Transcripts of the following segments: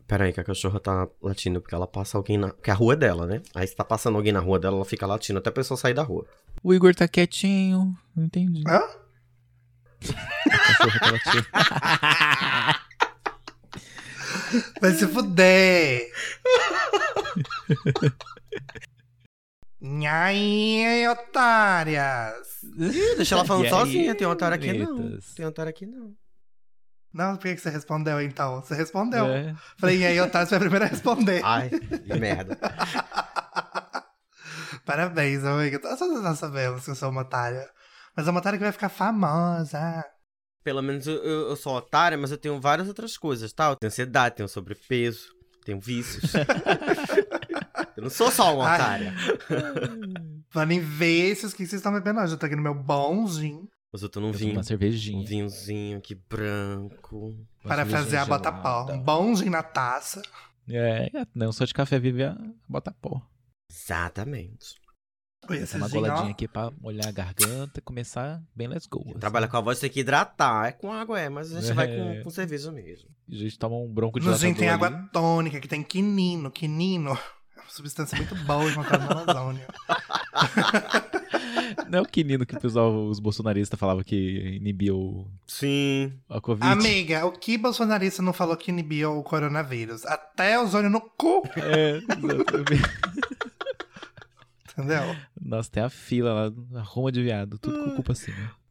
Peraí, que a cachorra tá latindo, porque ela passa alguém na... Porque a rua é dela, né? Aí se tá passando alguém na rua dela, ela fica latindo até a pessoa sair da rua. O Igor tá quietinho. Não entendi. Hã? A cachorra tá latindo. Vai se fuder! Nhai, otárias! Ih, deixa ela falando E aí, sozinha, tem otário aqui não. tretas? Tem otário aqui não. Não, por que você respondeu então? Você respondeu. É. Falei, e aí, otário, você foi a primeira a responder. Ai, que merda. Parabéns, amiga. Todos nós sabemos que eu sou uma otária. Mas é uma otária que vai ficar famosa. Pelo menos eu sou otária, mas eu tenho várias outras coisas, tá? Eu tenho ansiedade, tenho sobrepeso, tenho vícios. Eu não sou só uma Ai. otária. Falando ver esses que vocês estão bebendo hoje. Eu tô aqui no meu bom gin Mas eu tô num Eu tomo vinho. uma cervejinha. Um vinhozinho aqui branco. Uma para fazer cervejinha a bota-pó. gelada. Um bom gin na taça. É, não só de café vive a bota pó. Exatamente. Esse Essa é uma gin, ó, goladinha aqui pra molhar a garganta e começar bem let's go. assim. Trabalha com a voz, tem que hidratar. É com água, mas a gente vai com cerveja mesmo. A gente toma um bronco de No gin tem ali. água tônica, que tem quinino. Quinino é uma substância muito boa encontrada na Amazônia. Não é o quinino que o pessoal, os bolsonaristas falavam que inibia Sim. a Covid. Amiga, o que bolsonarista não falou que inibia o coronavírus? Até ozônio no cu, É, exatamente. entendeu? Nossa, tem a fila lá, a Roma de viado, tudo com culpa assim, né?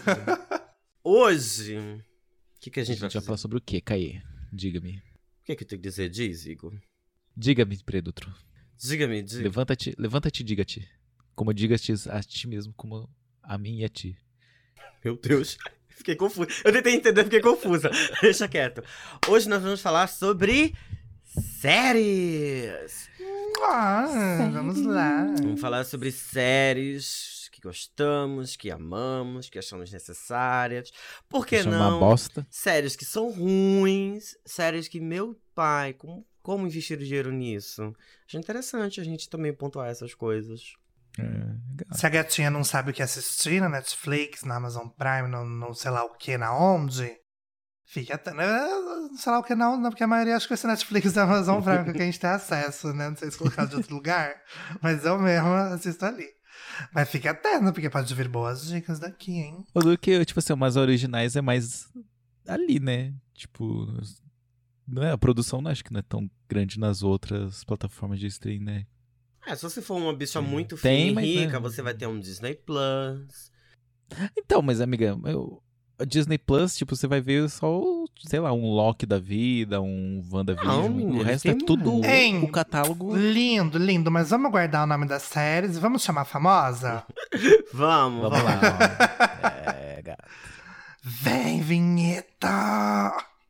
Hoje, o que a A gente vai gente vai fazer? falar sobre o quê, Caê? Diga-me. O que eu tenho que dizer? Diz, Igor. Diga-me, Predutro. Diga-me. Levanta-te e diga-te. Como digas-te a ti mesmo, como a mim e a ti. Meu Deus. Fiquei confusa. Eu tentei entender, fiquei confusa. Deixa quieto. Hoje nós vamos falar sobre séries. Vamos lá. Vamos falar sobre séries que gostamos, que amamos, que achamos necessárias. Por que Isso é não? uma bosta. Séries que são ruins, séries que meu pai, como investir o dinheiro nisso? Acho interessante a gente também pontuar essas coisas. É, legal. Se a gatinha não sabe o que assistir na Netflix, na Amazon Prime, no sei lá o que, na onde, fica até. Não sei lá o que não, porque a maioria acha que vai ser Netflix da Amazon Prime, que a gente tem acesso, né? Não sei se colocar de outro lugar, mas eu mesmo assisto ali. Mas fica atento, porque pode vir boas dicas daqui, hein? O do que, tipo assim, umas originais é mais ali, né? Tipo, não é, a produção não acho que não é tão grande nas outras plataformas de stream, né? Se você for uma bicha muito Tem, fina e mas, rica, né? você vai ter um Disney Plus. Então, mas amiga, a Disney Plus, tipo, você vai ver só, sei lá, um Loki da vida, um WandaVision, menino, o resto é tem tudo muito. Hein? o catálogo. Lindo, lindo, mas vamos guardar o nome das séries e vamos chamar a famosa? Vamos Vamos lá, ó. É, gato. Vem, vinheta!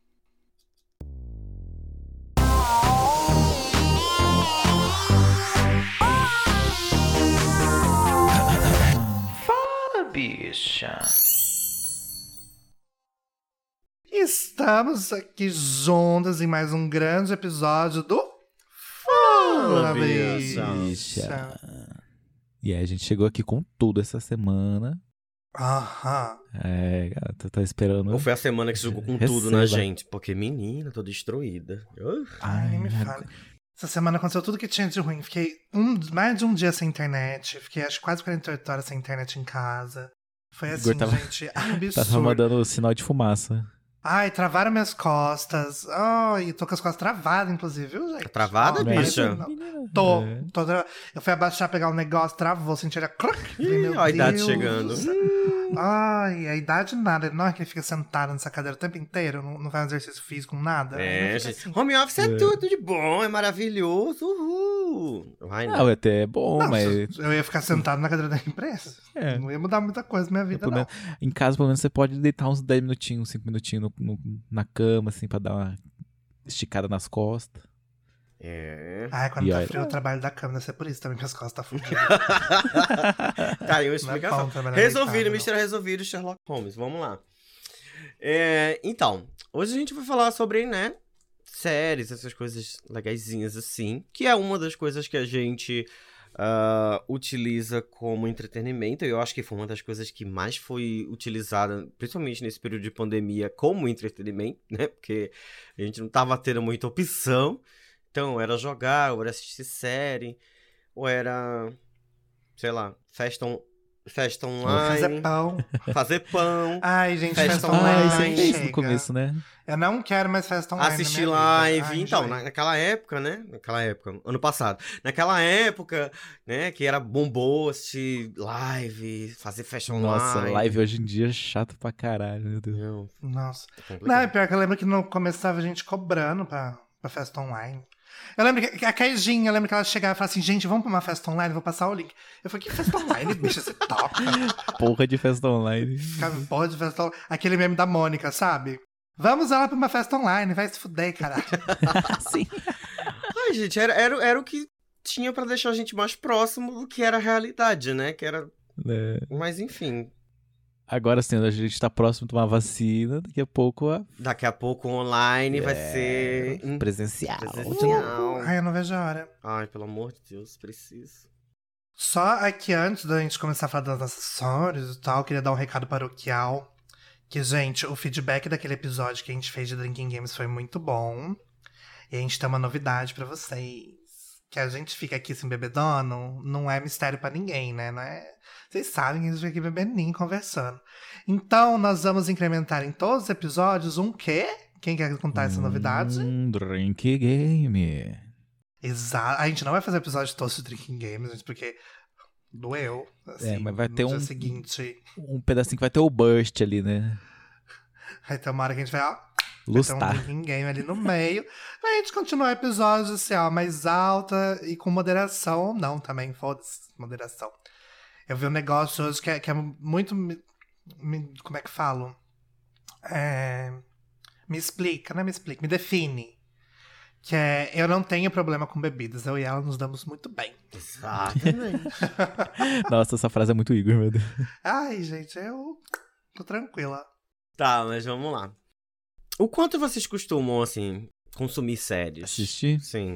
Fala, bicha! Estamos aqui juntas em mais um grande episódio do Fala, bicha! Bicha. E aí, a gente chegou aqui com tudo essa semana. Aham. É, gato, tá esperando. Ou foi a semana que jogou com tudo na gente? Porque, menina, tô destruída. Ai, nem me fale. Essa semana aconteceu tudo que tinha de ruim. Fiquei mais de um dia sem internet. Fiquei acho quase 48 horas sem internet em casa. Foi assim, Igor tava- gente, Tava absurdo. mandando sinal de fumaça. Ai, travaram minhas costas. Ai, tô com as costas travadas, inclusive, viu, gente? Tá travada, Ó, bicha? parece- Tô, É. Eu fui abaixar, pegar um negócio, travou, senti ele... Ih, ó a idade chegando. Ai, a idade nada. Não é que ele fica sentado nessa cadeira o tempo inteiro, não faz exercício físico, nada. Aí não fica Gente. assim. Home office é tudo de bom, é maravilhoso. Uhul. Vai, Não, até é bom, Não, mas eu ia ficar sentado na cadeira da empresa. É. Não ia mudar muita coisa na minha vida, pelo não. menos- em casa, pelo menos, você pode deitar uns 10 minutinhos, 5 minutinhos na cama, assim, pra dar uma esticada nas costas. É. Ai, quando E tá aí- frio, eu trabalho da cama, deve ser por isso também minhas costas tá fudidas. Tá aí uma Não é explicação. bom trabalhar Resolvido, deitado, mistério resolvido, Sherlock Holmes. Vamos lá. Então, hoje a gente vai falar sobre, né, séries, essas coisas legaisinhas assim, que é uma das coisas que a gente utiliza como entretenimento. Eu acho que foi uma das coisas que mais foi utilizada, principalmente nesse período de pandemia, como entretenimento, né? Porque a gente não tava tendo muita opção. Então, era jogar, ou era assistir série, ou era, sei lá, festa Fazer online, pão. fazer pão, Ai, gente, Festa festa online. online. Isso fez no chega. começo, né? Eu não quero mais festa online. assistir na minha live. vida. Ai, Então, enjoei. naquela época, né? Ano passado. Naquela época, né, que era bombou assistir live, fazer festa online. Nossa, live hoje em dia é chato pra caralho, meu Deus. Não, Nossa. é Não, é complicado. pior que eu lembro que no começo tava gente cobrando pra festa online. Eu lembro que a Kaijin, eu lembro que ela chegava e falava assim, gente, vamos pra uma festa online, vou passar o link. Eu falei, que festa online, bicho, você toca? Porra de festa online. Ficava, porra de festa online. Aquele meme da Mônica, sabe? Vamos lá pra uma festa online, vai se fuder, caralho. Sim. Ai, gente, era o que tinha pra deixar a gente mais próximo do que era a realidade, né? Que era... É. Mas, enfim, Agora sim, a gente tá próximo de tomar vacina, daqui a pouco daqui a pouco online vai É, ser presencial. presencial. Ai, eu não vejo a hora. Ai, pelo amor de Deus, preciso. Só aqui, antes da gente começar a falar das nossas histórias e tal, eu queria dar um recado paroquial. Que, gente, o feedback daquele episódio que a gente fez de Drinking Games foi muito bom. E a gente tem uma novidade pra vocês. Que a gente fica aqui sem bebedono, não é mistério pra ninguém, né? Não é... Vocês sabem que a gente fica aqui bebendo, conversando. Então, nós vamos incrementar em todos os episódios um quê? Quem quer contar essa novidade? Drink game. Exato. A gente não vai fazer episódio todos de Drinking Games, gente, porque doeu. Assim, Mas vai no ter dia um- seguinte, Um pedacinho que vai ter o burst ali, né? vai ter uma hora que a gente vai, ó, vai ter um Lustar. Drinking Game ali no meio. Pra gente continuar o episódio, assim, ó, mais alta e com moderação ou não também, foda-se, moderação. Eu vi um negócio hoje que é muito... como é que falo? Me explica, não me explica, me define. Que é, eu não tenho problema com bebidas, eu e ela nos damos muito bem. Exatamente. Nossa, essa frase é muito Igor, meu Deus. Ai, gente, eu tô tranquila. Tá, mas vamos lá. O quanto vocês costumam, assim, consumir séries? Assistir? Sim.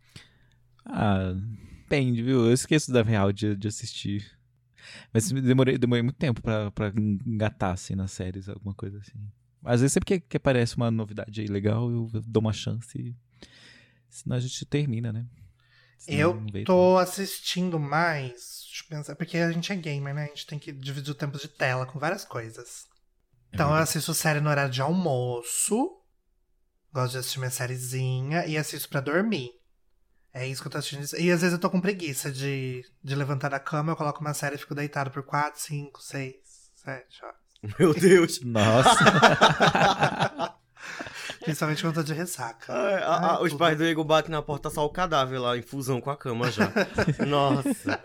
Ah, depende, viu? Eu esqueço da real de assistir. Mas demorei muito tempo pra engatar, assim, nas séries, alguma coisa assim. Às vezes sempre que aparece uma novidade aí legal, eu dou uma chance. Senão a gente termina, né? Senão Eu não vê tô assistindo mais, deixa eu pensar, porque a gente é gamer, né? A gente tem que dividir o tempo de tela com várias coisas. Então eu assisto série no horário de almoço, gosto de assistir minha sériezinha e assisto pra dormir. É isso que eu tô assistindo. E às vezes eu tô com preguiça de levantar da cama, eu coloco uma série e fico deitado por 4, 5, 6, 7 horas. Meu Deus. Nossa. Principalmente quando eu tô de ressaca. Os tudo. pais do Igor batem na porta, só o cadáver lá, em fusão com a cama já. Nossa.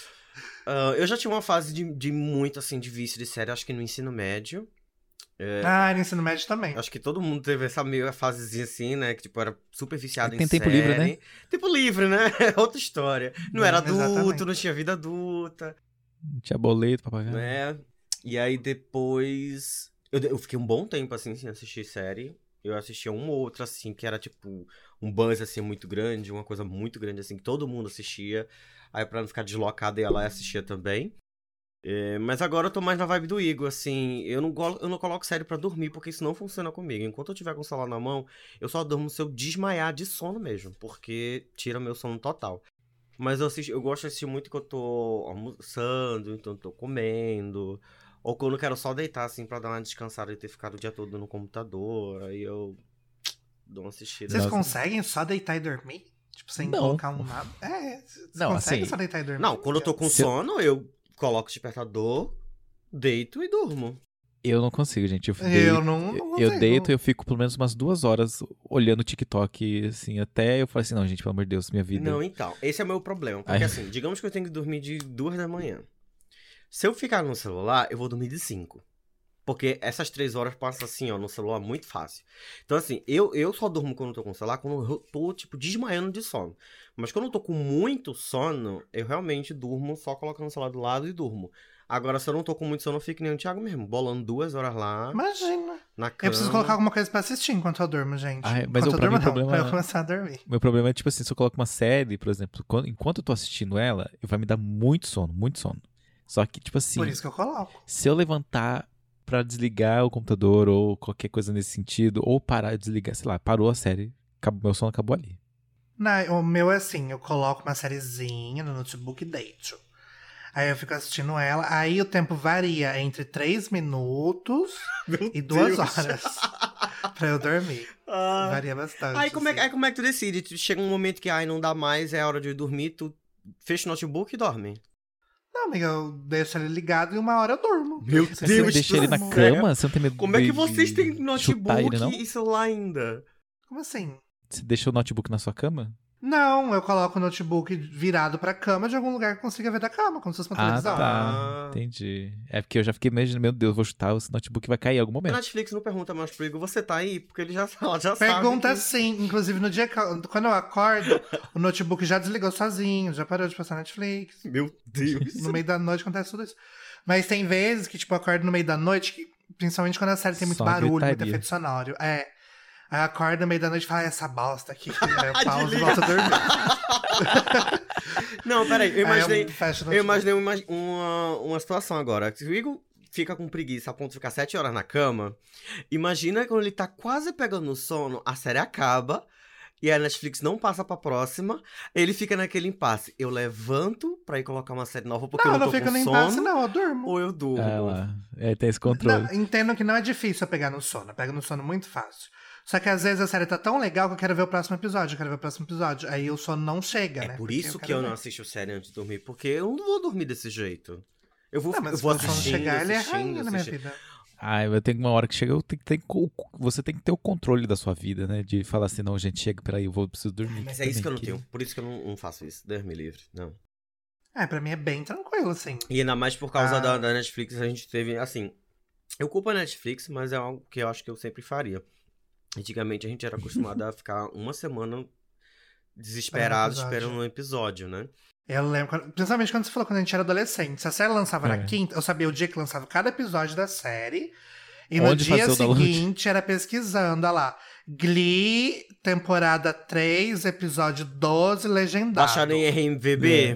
Eu já tive uma fase de muito, assim, de vício de série, acho que no ensino médio. Ah, no ensino médio também. Acho que todo mundo teve essa meio fasezinha assim, né? Que, tipo, era super viciado em Tem série. tempo livre, né? Tempo livre, né? Outra história. Não era adulto, Exatamente. não tinha vida adulta, Tinha boleto pra pagar. né? E aí depois... Eu fiquei um bom tempo, assim, sem assistir série. Eu assistia uma ou outra, assim, que era, tipo, um buzz, assim, muito grande. Uma coisa muito grande, assim, que todo mundo assistia. Aí pra não ficar deslocado, eu ia lá e assistia também. Mas agora eu tô mais na vibe do Igor, assim, eu não coloco série pra dormir, porque isso não funciona comigo. Enquanto eu tiver com o celular na mão, eu só durmo se eu desmaiar de sono mesmo, porque tira meu sono total. Mas eu gosto de assistir muito quando eu tô almoçando, então eu tô comendo, ou quando eu quero só deitar, assim, pra dar uma descansada e ter ficado o dia todo no computador, aí eu dou uma assistida. Vocês Nossa. conseguem só deitar e dormir? Tipo, sem Não. colocar um nada? Vocês Não, conseguem assim, só deitar e dormir? Não, quando eu tô com Se eu- sono, eu coloco o despertador, deito e durmo. Eu não consigo, gente. Eu não Eu consigo. deito e eu fico pelo menos umas 2 horas olhando o TikTok, assim, até eu falo assim, não, gente, pelo amor de Deus, minha vida. Não, então, esse é o meu problema. Porque Ai. assim, digamos que eu tenho que dormir de 2 da manhã. Se eu ficar no celular, eu vou dormir de 5. Porque essas 3 horas passam assim, ó, no celular muito fácil. Então assim, eu só durmo quando eu tô com o celular, quando eu tô, tipo, desmaiando de sono. Mas quando eu tô com muito sono, eu realmente durmo só colocando o celular do lado e durmo. Agora, se eu não tô com muito sono, eu fico que nem o Thiago mesmo, bolando 2 horas lá, Imagina. na Eu cama. preciso colocar alguma coisa pra assistir enquanto eu durmo, gente. Ai, mas enquanto eu pra mim durmo, o problema- pra eu começar a dormir. Meu problema é, tipo assim, se eu coloco uma série, por exemplo, enquanto eu tô assistindo ela, vai me dar muito sono, muito sono. Só que, tipo assim, Por isso que eu coloco. se eu levantar pra desligar o computador ou qualquer coisa nesse sentido, ou parar, desligar, sei lá, parou a série, meu sono acabou ali. Não, o meu é assim, eu coloco uma sériezinha no notebook e deito. Aí eu fico assistindo ela, aí o tempo varia entre 3 minutos Meu e 2 Deus. horas pra eu dormir. Ah. Varia bastante. Aí como é, assim. como é que tu decide? Chega um momento que, ai, não dá mais, é hora de eu dormir, tu fecha o notebook e dorme. Não, amiga, eu deixo ele ligado e 1 hora eu durmo. Meu Você Deus Você do deixa ele na céu. cama? Você não tem medo Como é que de vocês têm chutar notebook ele, não? e celular ainda? Como assim? Você deixa o notebook na sua cama? Não, eu coloco o notebook virado pra cama de algum lugar que eu consiga ver da cama, como se fosse uma Ah, televisão. tá. Ah. Entendi. É porque eu já fiquei imaginando, meu Deus, vou chutar, esse notebook vai cair em algum A momento. Netflix não pergunta mais pro Igor, você tá aí? Porque ela já Pergunta sabe sim, inclusive no dia que quando eu acordo, o notebook já desligou sozinho, já parou de passar Netflix. que... Meu Deus. No meio da noite acontece tudo isso. Mas tem vezes que, tipo, eu acordo no meio da noite, principalmente quando a série tem muito Só barulho, muito gritaria. efeito sonoro. É. Aí eu acordo no meio da noite e falo, essa bosta aqui. Aí eu pauso e Desliga. volto a dormir. Não, peraí, eu imaginei, Aí eu fecho o eu notebook. imaginei uma situação agora. Se o Igor fica com preguiça a ponto de ficar 7 horas na cama, imagina quando ele tá quase pegando no sono, a série acaba e a Netflix não passa pra próxima, ele fica naquele impasse. Eu levanto pra ir colocar uma série nova porque Não, eu eu não não tô fico com nem sono, passe, não, eu durmo. ou eu durmo. Ah lá, tem esse controle. Não, entendo que não é difícil eu pegar no sono. Eu pego no sono muito fácil. Só que às vezes a série tá tão legal que eu quero ver o próximo episódio. Eu quero ver o próximo episódio. Aí o sono não chega, É né? por Porque isso que quero eu não ver. assisto série antes de dormir, porque eu não vou dormir desse jeito. Eu vou, Não, mas eu se vou o sono assistindo, chegar, ele é assistindo, rainha na minha assistindo. vida. Ah, eu tenho uma hora que chega, você tem que ter o controle da sua vida, né? De falar assim, não, gente, chega, peraí, eu preciso dormir. Mas aqui é isso que eu também, não tenho. Por isso que eu não faço isso. Deus me livre. Não. É, pra mim é bem tranquilo, assim. E ainda mais por causa Ah. da Netflix, a gente teve, assim... Eu culpo a Netflix, mas é algo que eu acho que eu sempre faria. Antigamente a gente era acostumado a ficar uma semana desesperado episódio. esperando um episódio, né? Eu lembro, principalmente quando você falou quando a gente era adolescente. Se a série lançava na É. quinta, eu sabia o dia que lançava cada episódio da série. E no Onde dia fazer o download? seguinte era pesquisando, olha lá. Glee, temporada 3, episódio 12, legendado. Baixar em RMVB.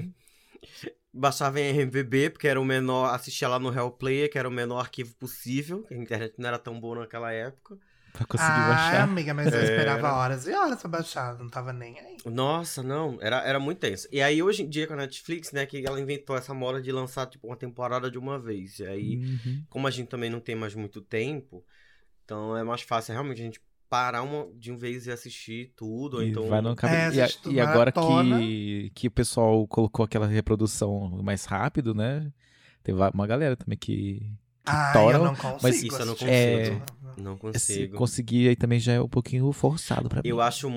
É. Baixava em RMVB, porque era o menor... Assistia lá no Real Player, que era o menor arquivo possível. A internet não era tão boa naquela época. Pra conseguir Ah, baixar. amiga, mas eu Era. esperava horas e horas pra baixar. Não tava nem aí. Nossa, não, era muito tenso. E aí, hoje em dia, com a Netflix, né, que ela inventou essa moda de lançar, tipo, uma temporada de uma vez. E aí, Uhum. como a gente também não tem mais muito tempo, então é mais fácil realmente a gente parar de uma vez e assistir tudo, ou E então... vai no cabo. É, E assiste e agora maratona. que o pessoal colocou aquela reprodução mais rápido, né? Tem uma galera também que Ah, tora, eu não consigo. mas isso eu não assistir consigo. tudo. Não se consigo. conseguir aí também já é um pouquinho forçado pra mim. Eu acho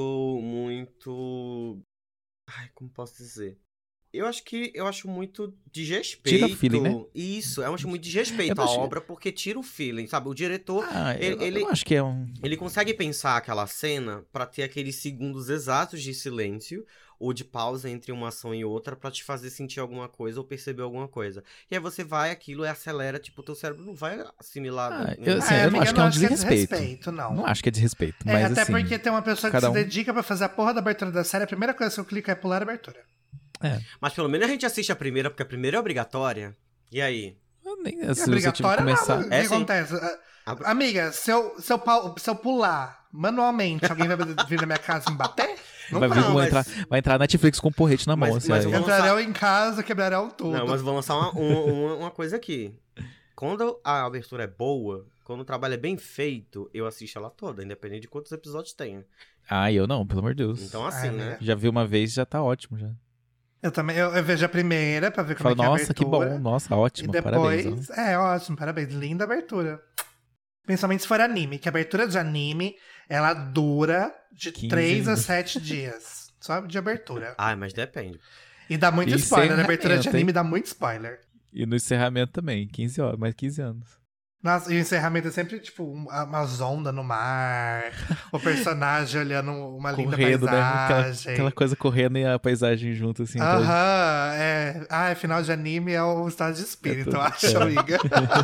muito... Ai, como posso dizer? Eu acho muito desrespeito. Tira o feeling, né? Isso, eu acho muito desrespeito Eu à acho- obra, porque tira o feeling, sabe? O diretor, Ah, ele- eu acho que é um... ele consegue pensar aquela cena pra ter aqueles segundos exatos de silêncio ou de pausa entre uma ação e outra pra te fazer sentir alguma coisa ou perceber alguma coisa. E aí você vai, aquilo e acelera, tipo, o teu cérebro não vai assimilar. Ah, né? eu- assim, É, não amiga, acho que é um acho que desrespeito. não. Não acho que é desrespeito, É, mas até assim... porque tem uma pessoa que cada se um- dedica pra fazer a porra da abertura da série, a primeira coisa que eu clico é pular a abertura. Mas pelo menos a gente assiste a primeira, porque a primeira é obrigatória. E aí? eu nem, É se você tiver que obrigatório, começar... não. O que É, sim. acontece? A- Amiga, se eu pular manualmente, alguém vai vir na minha casa e me bater? Não Vai, vai. vir, Não, mas- vai entrar a Netflix com um porrete na mão. Mas- assim, mas aí. eu vou- Entrarão em casa, quebrarão tudo. Não, mas vou lançar uma coisa aqui. Quando a abertura é boa, quando o trabalho é bem feito, eu assisto ela toda, independente de quantos episódios tenha. Ah, eu não, pelo amor de Deus. Então assim, Ai, né? amiga. Já vi uma vez, já tá ótimo, já. Eu também, eu vejo a primeira pra ver como Fala, é que é a nossa, que abertura. bom, nossa, E ótimo, parabéns. depois, ó. ótimo, parabéns, linda abertura. Principalmente se for anime, que a abertura de anime, ela dura de 15 3 a minutos. 7 dias, só de abertura. Ah, mas depende. E dá muito E spoiler, a abertura de encerramento, anime hein? dá muito spoiler. E no encerramento também, 15 horas, mais 15 anos. Nossa, e o encerramento é sempre, tipo, umas ondas no mar, o personagem olhando uma linda Correndo, né? paisagem. Aquela coisa correndo e a paisagem junto, assim. Aham, é. Ah, final de anime é o estado de espírito, eu acho, É. amiga.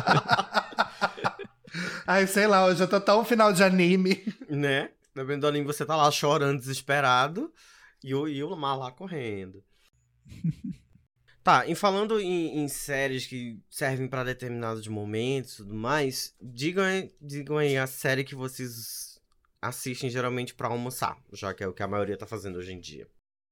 Ai, sei lá, hoje eu tô tão final de anime. Né? Dependendo do anime, você tá lá chorando, desesperado, e o mar lá correndo. Tá, e falando em séries que servem pra determinados momentos e tudo mais, digam aí a série que vocês assistem geralmente pra almoçar, já que é o que a maioria tá fazendo hoje em dia.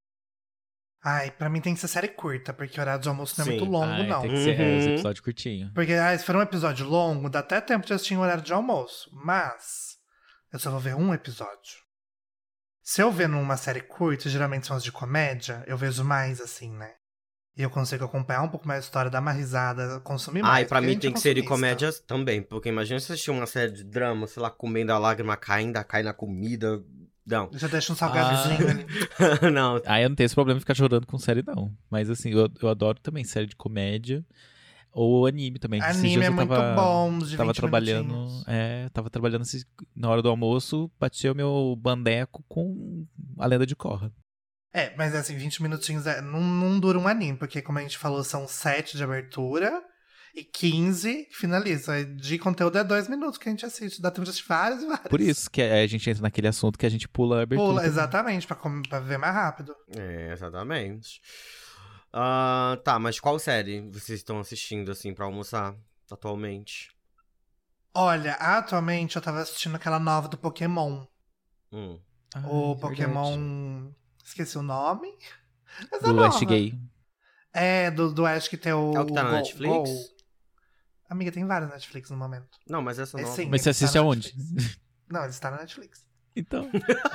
Ai, pra mim tem que ser série curta, porque o horário de almoço não é Sim. muito longo, não. Tem que ser os Uhum. episódios curtinhos. Porque se for um episódio longo, dá até tempo de assistir em horário de almoço. Mas eu só vou ver um episódio. Se eu ver numa série curta, geralmente são as de comédia, eu vejo mais assim, né? E eu consigo acompanhar um pouco mais a história, dar uma risada, consumir mais. Ah, e pra porque a mim gente tem é que ser de consumista. comédia também, porque imagina você assistir uma série de drama, sei lá, comendo a lágrima caindo, cai na comida. Não. Já deixa um salgadinho ali. Não. Eu não tenho esse problema de ficar chorando com série, não. Mas assim, eu adoro também série de comédia. Ou anime também. Esses Anime dias é eu muito bom, de tava 20 trabalhando. minutinhos. Tava trabalhando na hora do almoço, bati o meu bandeco com a Lenda de Korra. É, mas assim, 20 minutinhos não dura um anime, porque como a gente falou, são 7 de abertura e 15 que finaliza. De conteúdo é 2 minutos que a gente assiste, dá tempo de assistir vários e vários. Por isso que a gente entra naquele assunto que a gente pula a abertura. Pula, também. exatamente, pra ver mais rápido. É, exatamente. Tá, mas qual série vocês estão assistindo, assim, pra almoçar atualmente? Olha, atualmente eu tava assistindo aquela nova do Pokémon. O verdade. Pokémon... Esqueci o nome. Mas é Do nova. Ash Gay. É, do Ash que tem o... É o que tá na Go- Netflix? Go. Amiga, tem vários Netflix no momento. Não, mas essa É nova. sim. Mas você ele tá assiste na aonde? Netflix. Não, ele está na Netflix. Então.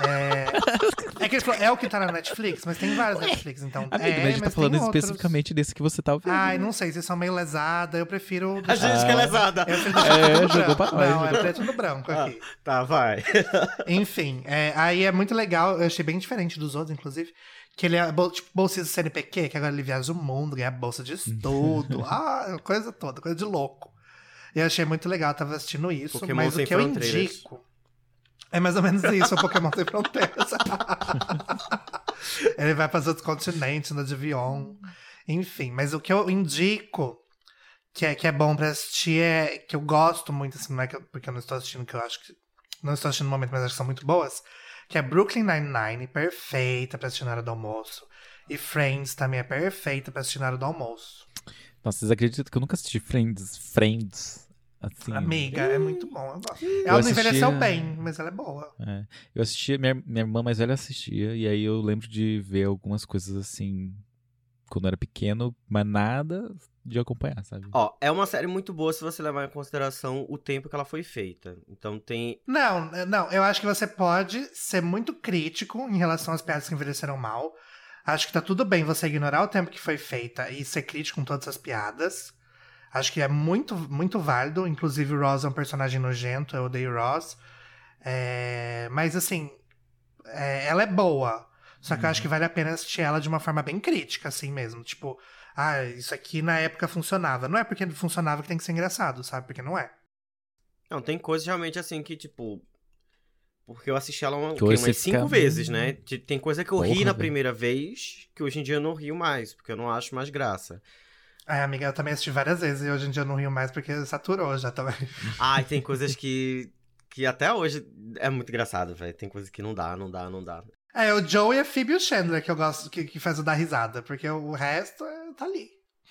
É que ele falou, é o que tá na Netflix, mas tem vários Netflix, então. Amigo, mas a gente tá mas falando tem outros. especificamente desse que você tá ouvindo. Ai, não sei, vocês são meio lesada, eu prefiro. A gente que é lesada. Eu prefiro deixar preto no jogou branco. pra nós, Não, jogou. é preto no branco aqui. Tá, vai. Enfim, aí é muito legal, eu achei bem diferente dos outros, inclusive. Que ele é tipo bolsista do CNPq, que agora ele viaja o mundo, ganha bolsa de estudo, coisa toda, coisa de louco. E eu achei muito legal, eu tava assistindo isso, Pokémon mas Sem o que eu Fronteiras. indico. É mais ou menos isso, o Pokémon Sem Fronteiras. Ele vai para os outros continentes, no Divion. Enfim, mas o que eu indico, que é bom pra assistir, que eu gosto muito, assim, não é porque eu não estou assistindo, que eu acho que. Não estou assistindo no momento, mas acho que são muito boas. Que é Brooklyn Nine-Nine, perfeita pra assistir na hora do almoço. E Friends também é perfeita pra assistir na hora do almoço. Nossa, vocês acreditam que eu nunca assisti Friends? Assim, Amiga, é muito bom, eu gosto. Ela não envelheceu bem, mas ela é boa. Eu assistia, minha irmã mais velha assistia, e aí eu lembro de ver algumas coisas assim, quando eu era pequeno, mas nada de acompanhar, sabe? Ó, é uma série muito boa se você levar em consideração o tempo que ela foi feita. Então tem... Não, eu acho que você pode ser muito crítico em relação às piadas que envelheceram mal. Acho que tá tudo bem você ignorar o tempo que foi feita e ser crítico com todas as piadas. Acho que é muito, muito válido. Inclusive, o Ross é um personagem nojento, eu odeio Ross. Mas, assim, ela é boa. Só que eu acho que vale a pena assistir ela de uma forma bem crítica, assim mesmo. Tipo, isso aqui na época funcionava. Não é porque funcionava que tem que ser engraçado, sabe? Porque não é. Não, tem coisas realmente assim que, tipo... Porque eu assisti ela Que hoje umas você 5 fica- vezes, né? Tem coisa que eu ri Porra, na velho. primeira vez, que hoje em dia eu não rio mais, porque eu não acho mais graça. Amiga, eu também assisti várias vezes e hoje em dia eu não rio mais porque saturou já também. Ai, tem coisas que até hoje é muito engraçado, velho. Tem coisas que não dá. O Joe e a Phoebe e o Chandler que eu gosto, que faz eu dar risada, porque o resto tá ali.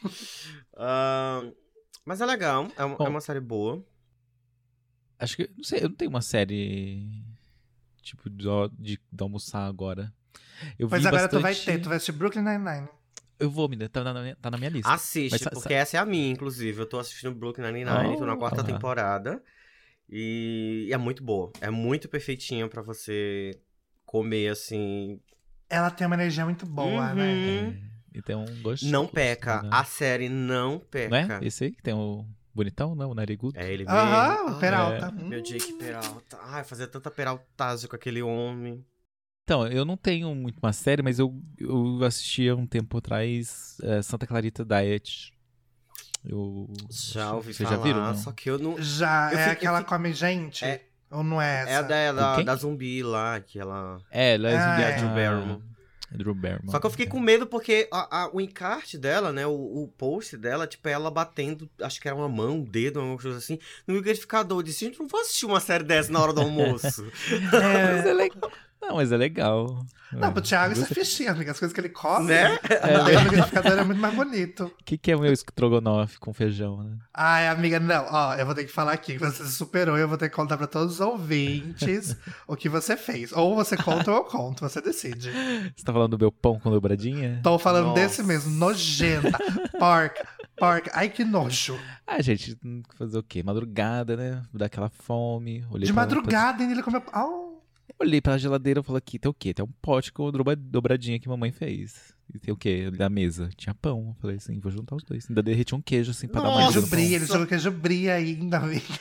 Mas é legal, é Bom. uma série boa. Acho que, não sei, eu não tenho uma série tipo de almoçar agora. Eu Pois vi agora bastante... tu vai assistir Brooklyn Nine-Nine. Eu vou, menina, tá na minha lista. Assiste, Mas porque essa é a minha, inclusive. Eu tô assistindo Brooklyn Nine-Nine, tô na 4ª temporada. E é muito boa. É muito perfeitinha pra você comer, assim. Ela tem uma energia muito boa, né? Então, gosto. Não peca. Né? A série não Não peca. é? Esse aí que tem o bonitão, não? O narigudo? É ele mesmo. Aham, o Peralta. Meu Jake Peralta. Ai, fazia tanta peraltagem com aquele homem. Então, eu não tenho muito uma série, mas eu assistia um tempo atrás Santa Clarita Diet. Já ouvi Vocês falar, já viram, não? só que eu não... Já, Eu é fico- aquela eu fico- come gente? É. Ou não é É a essa? da Quem? zumbi lá, que ela... Ela é Ah, zumbi. é. Drew Barrymore. Drew Barrymore. Só que eu fiquei com medo porque o encarte dela, né, o post dela, tipo, é ela batendo, acho que era uma mão, um dedo, alguma coisa assim, no liquidificador. Eu disse, gente, não vou assistir uma série dessa na hora do almoço. Mas é legal. Não, mas é legal. Não, pro Thiago isso é fichinha, amiga. As coisas que ele come, Né? o liquidificador é muito mais bonito. O que é o meu estrogonofe com feijão, né? Ai, amiga, não. Ó, eu vou ter que falar aqui que você se superou e eu vou ter que contar pra todos os ouvintes o que você fez. Ou você conta ou eu conto, você decide. Você tá falando do meu pão com dobradinha? Tô falando Nossa. desse mesmo, nojenta, porca. Ai, que nojo. Ah, gente, fazer o quê? Madrugada, né? Dá aquela fome. Olhei De pra- madrugada, ainda ele comeu... Au. Olhei pra geladeira e falei, aqui tem o quê? Tem um pote com dobradinha que mamãe fez. E tem o quê? Na mesa. Tinha pão. Eu falei assim, vou juntar os dois. Ainda derreti um queijo assim pra dar uma Nossa. Queijo ajuda no pão. brie, ele jogou queijo brie ainda, amiga.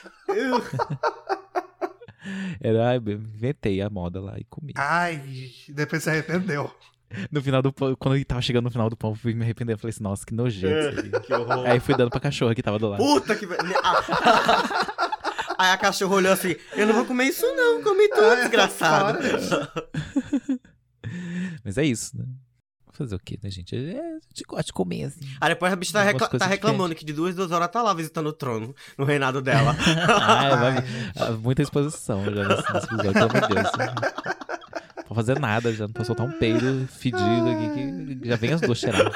Era, inventei a moda lá e comi. Ai, depois se arrependeu. No final do pão, quando ele tava chegando no final do pão, eu fui me arrepender. Eu falei assim, nossa, que nojento isso aqui. Que horror. Aí fui dando pra cachorra que tava do lado. Puta que... Aí a cachorra olhou assim, eu não vou comer isso não, comi tudo, Ai, desgraçado. Mas é isso, né? Fazer o quê, né, gente? A gente gosta de comer, assim. Aí depois a bicha tá, Algumas coisas reclamando que de 2 horas tá lá visitando o trono, no reinado dela. Muita exposição já nesse episódio, pelo amor de Deus. Não vou fazer nada, já não posso soltar um peido fedido aqui, que já vem as duas cheirar.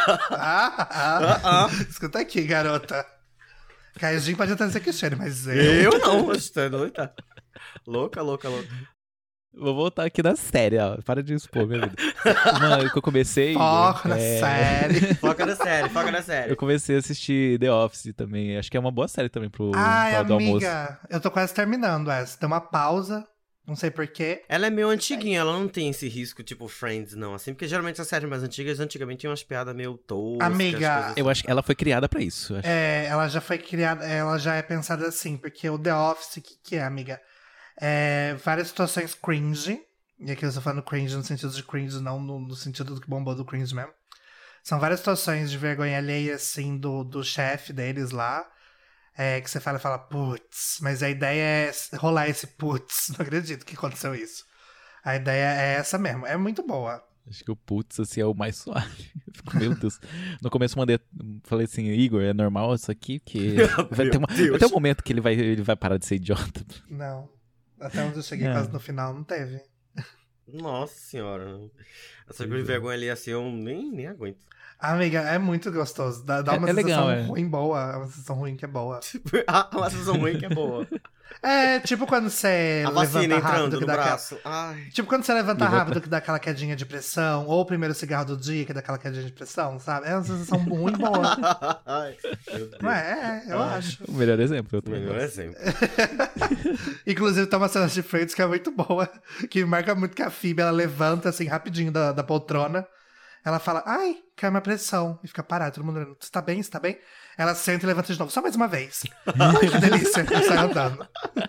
Escuta aqui, garota. Caijinho pode até dizer que cheire, mas Eu não, você tá doida. Louca. Vou voltar aqui na série, ó. Para de expor, minha vida. Mano, que eu comecei... Foco na série. Foca na série. Eu comecei a assistir The Office também. Acho que é uma boa série também pro Ai, pro do almoço. amiga, eu tô quase terminando essa. Deu uma pausa, não sei porquê. Ela é meio antiguinha, ela não tem esse risco tipo Friends, não, assim, porque geralmente as séries mais antigas, antigamente tinham umas piadas meio toscas. Amiga, coisas assim. Eu acho que ela foi criada pra isso. Acho. Ela já foi criada, ela já é pensada assim, porque o The Office, o que é, amiga? Várias situações cringe, e aqui eu tô falando cringe no sentido de cringe, não no sentido do que bombou do cringe mesmo. São várias situações de vergonha alheia, assim, do chefe deles lá, que você fala, putz, mas a ideia é rolar esse putz, não acredito que aconteceu isso. A ideia é essa mesmo, é muito boa. Acho que o putz, assim, é o mais suave. Eu fico, meu Deus. No começo falei assim, Igor, é normal isso aqui? Porque vai ter um momento que ele vai parar de ser idiota. Não, até onde eu cheguei quase no final não teve. Nossa senhora. Essa coisa de vergonha ali, assim, eu nem aguento. Amiga, é muito gostoso. Dá uma legal, sensação ruim boa. É uma sensação ruim que é boa. Uma sensação ruim que é boa. É, tipo quando você A vacina levanta rápido entrando que no dá aquela... braço. Ai. Tipo quando você levanta rápido que dá aquela quedinha de pressão, ou o primeiro cigarro do dia que dá aquela quedinha de pressão, sabe? É uma sensação ruim e boa. Ai, meu Deus. Não eu acho. O melhor exemplo. Eu também Melhor gosto. exemplo. Inclusive tem uma cena de Friends que é muito boa, que marca muito que a Phoebe, ela levanta assim rapidinho da poltrona. Ela fala, ai, caiu minha pressão. E fica parada, todo mundo olhando, você tá bem, você tá bem? Ela senta e levanta de novo, só mais uma vez. Ai, que delícia, e sai andando.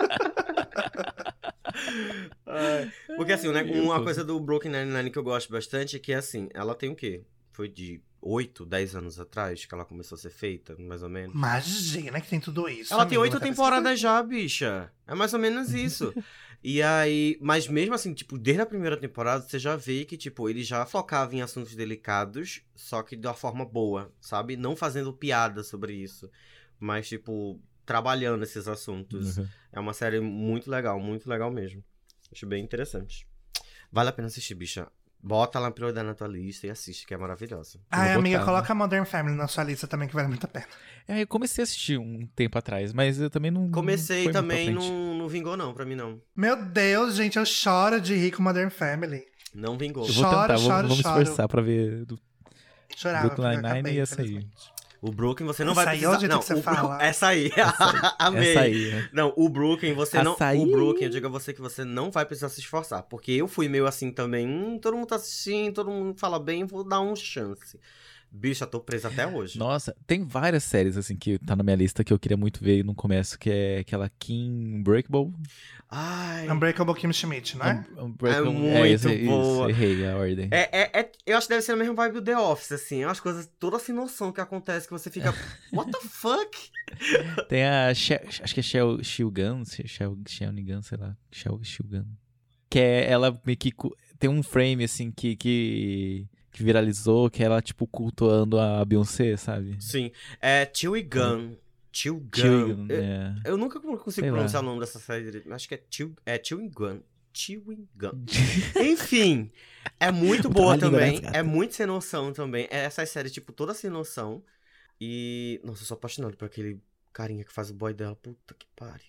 Porque assim, né, uma coisa do Brooklyn Nine-Nine que eu gosto bastante é que, assim, ela tem o quê? Foi de 8, 10 anos atrás que ela começou a ser feita, mais ou menos. Imagina que tem tudo isso. Ela tem amigo, 8 até temporadas já, bicha. É mais ou menos isso. E aí, mas mesmo assim, tipo, desde a primeira temporada, você já vê que, tipo, ele já focava em assuntos delicados, só que de uma forma boa, sabe? Não fazendo piada sobre isso, mas, tipo, trabalhando esses assuntos. Uhum. É uma série muito legal mesmo. Acho bem interessante. Vale a pena assistir, bicha. Bota lá pra eu dar na tua lista e assiste, que é maravilhosa. Ai, Vou amiga, botar, coloca Modern Family na sua lista também, que vale muito a pena. Eu comecei a assistir um tempo atrás, mas eu também não. Comecei não foi muito também, pra frente. não vingou não, pra mim não. Meu Deus, gente, eu choro de rir com Modern Family. Não vingou. Eu vou tentar, vou me esforçar pra ver Chorava, Brooklyn porque eu Nine-Nine acabei, e essa aí. infelizmente. O Brooklyn você não Essa vai aí é precisar... o jeito não, que você fala. Essa aí. Amei. Essa aí, né? Não, o Brooklyn você não... Açaí. O Brooklyn, eu digo a você que você não vai precisar se esforçar. Porque eu fui meio assim também. Todo mundo tá assistindo, todo mundo fala bem, vou dar uma chance. Bicho, eu tô presa até hoje. Nossa, tem várias séries, assim, que tá na minha lista que eu queria muito ver e não começo, que é aquela Kim Unbreakable. Ai, Unbreakable Kim Schmidt, não é? Unbreakable, muito isso, boa. errei a ordem. Eu acho que deve ser a mesma vibe do The Office, assim. É umas coisas toda sem noção que acontece que você fica... What the fuck? Tem acho que é Shilgun, Shilgun, sei lá. Shilgun. Que é ela meio que tem um frame, assim, que viralizou, que é ela, tipo, cultuando a Beyoncé, sabe? Sim. É Chewie Gun. Shilgun, é. Eu nunca consigo Sei pronunciar lá. o nome dessa série direito. Acho que é Chewing Gun. Chewing Gun. Enfim, é muito boa Botar a língua também. nessa, gata. É muito sem noção também. É essa série, tipo, toda sem noção. E... Nossa, eu sou apaixonado por aquele carinha que faz o boy dela. Puta que pariu.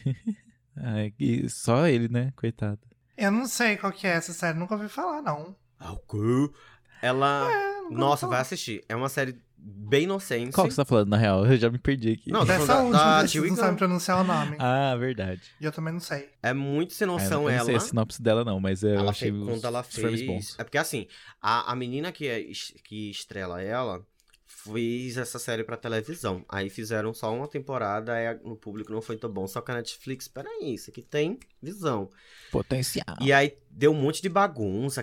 E só ele, né? Coitado. Eu não sei qual que é essa série, nunca ouvi falar, não. Ah, o quê? Ela... Nunca ouvi Nossa, falar. vai assistir. É uma série bem inocente. Qual que você tá falando, na real? Eu já me perdi aqui. Não, tô Dessa falando última, da vocês Chewie não sabem Gun. pronunciar o nome. Ah, verdade. E eu também não sei. É muito sem Eu noção não sei ela. a sinopse dela, não, mas eu Ela achei fez, quando ela os frames fez. bons. É porque assim, a menina que estrela ela fez essa série pra televisão. Aí fizeram só uma temporada, aí no público não foi tão bom. Só que a Netflix, peraí, isso aqui tem visão. Potencial. E aí deu um monte de bagunça,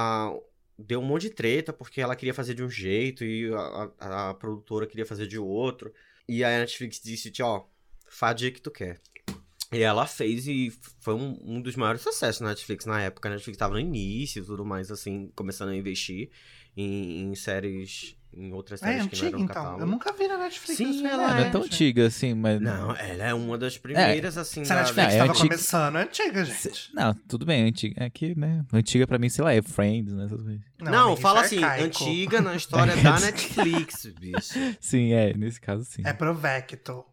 deu um monte de treta, porque ela queria fazer de um jeito e a produtora queria fazer de outro. E aí a Netflix disse, ó, faz do jeito que tu quer. E ela fez e foi um dos maiores sucessos na Netflix na época. A Netflix tava no início e tudo mais, assim, começando a investir em séries, em outras É séries que não antiga, eram então. catálogo. Eu nunca vi na Netflix. Sim, isso, ela Não é tão gente. antiga assim, mas. Não, ela é uma das primeiras, assim, Se a Netflix é tava antiga. começando, é antiga, gente. Não, tudo bem, antiga. É que, né? Antiga pra mim, sei lá, é Friends, né? Essas coisas. Não, amiga, fala isso é assim, arcaico. antiga na história da Netflix, bicho. Sim, nesse caso, sim. É Prospecto.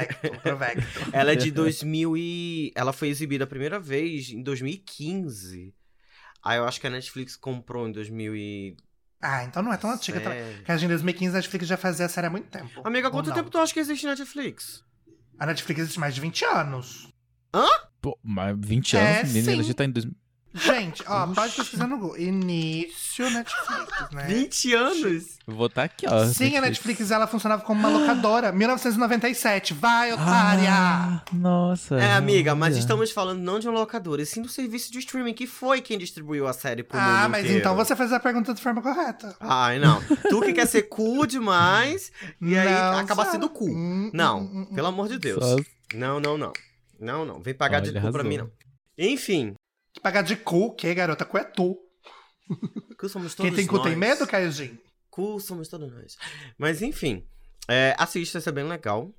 Ela é de 2000 Ela foi exibida a primeira vez em 2015. Aí eu acho que a Netflix comprou em 2000 Ah, então não é tão antiga também. Sério? Porque em 2015 a Netflix já fazia a série há muito tempo. Amiga, Ou quanto não? tempo tu acha que existe Netflix? A Netflix existe mais de 20 anos. Pô, mas 20 É, anos? Menina, sim. a gente tá em 2000. Gente, ó, Oxi. pode pesquisar no Google. Início Netflix, né? 20 anos? Eu vou estar aqui, ó. Sim, a Netflix ela funcionava como uma locadora. 1997. Vai, otária! Ah, nossa. É, amiga, mas olha. estamos falando não de um locador, e sim do serviço de streaming, que foi quem distribuiu a série pro mundo Ah, mas inteiro. então você fez a pergunta de forma correta. Ai, não. Tu que quer ser cool demais, e aí Não, acaba sabe? sendo cool. Não, pelo amor de Deus. Só- Não. Não, vem pagar de Olha, cool pra arrasou. mim, não. Enfim, Pagar de cu, o quê, garota? Cu é tu. cool somos todos Quem tem cu nós. tem medo, Caijin? Cool somos todos nós. Mas enfim, assista, isso é bem legal.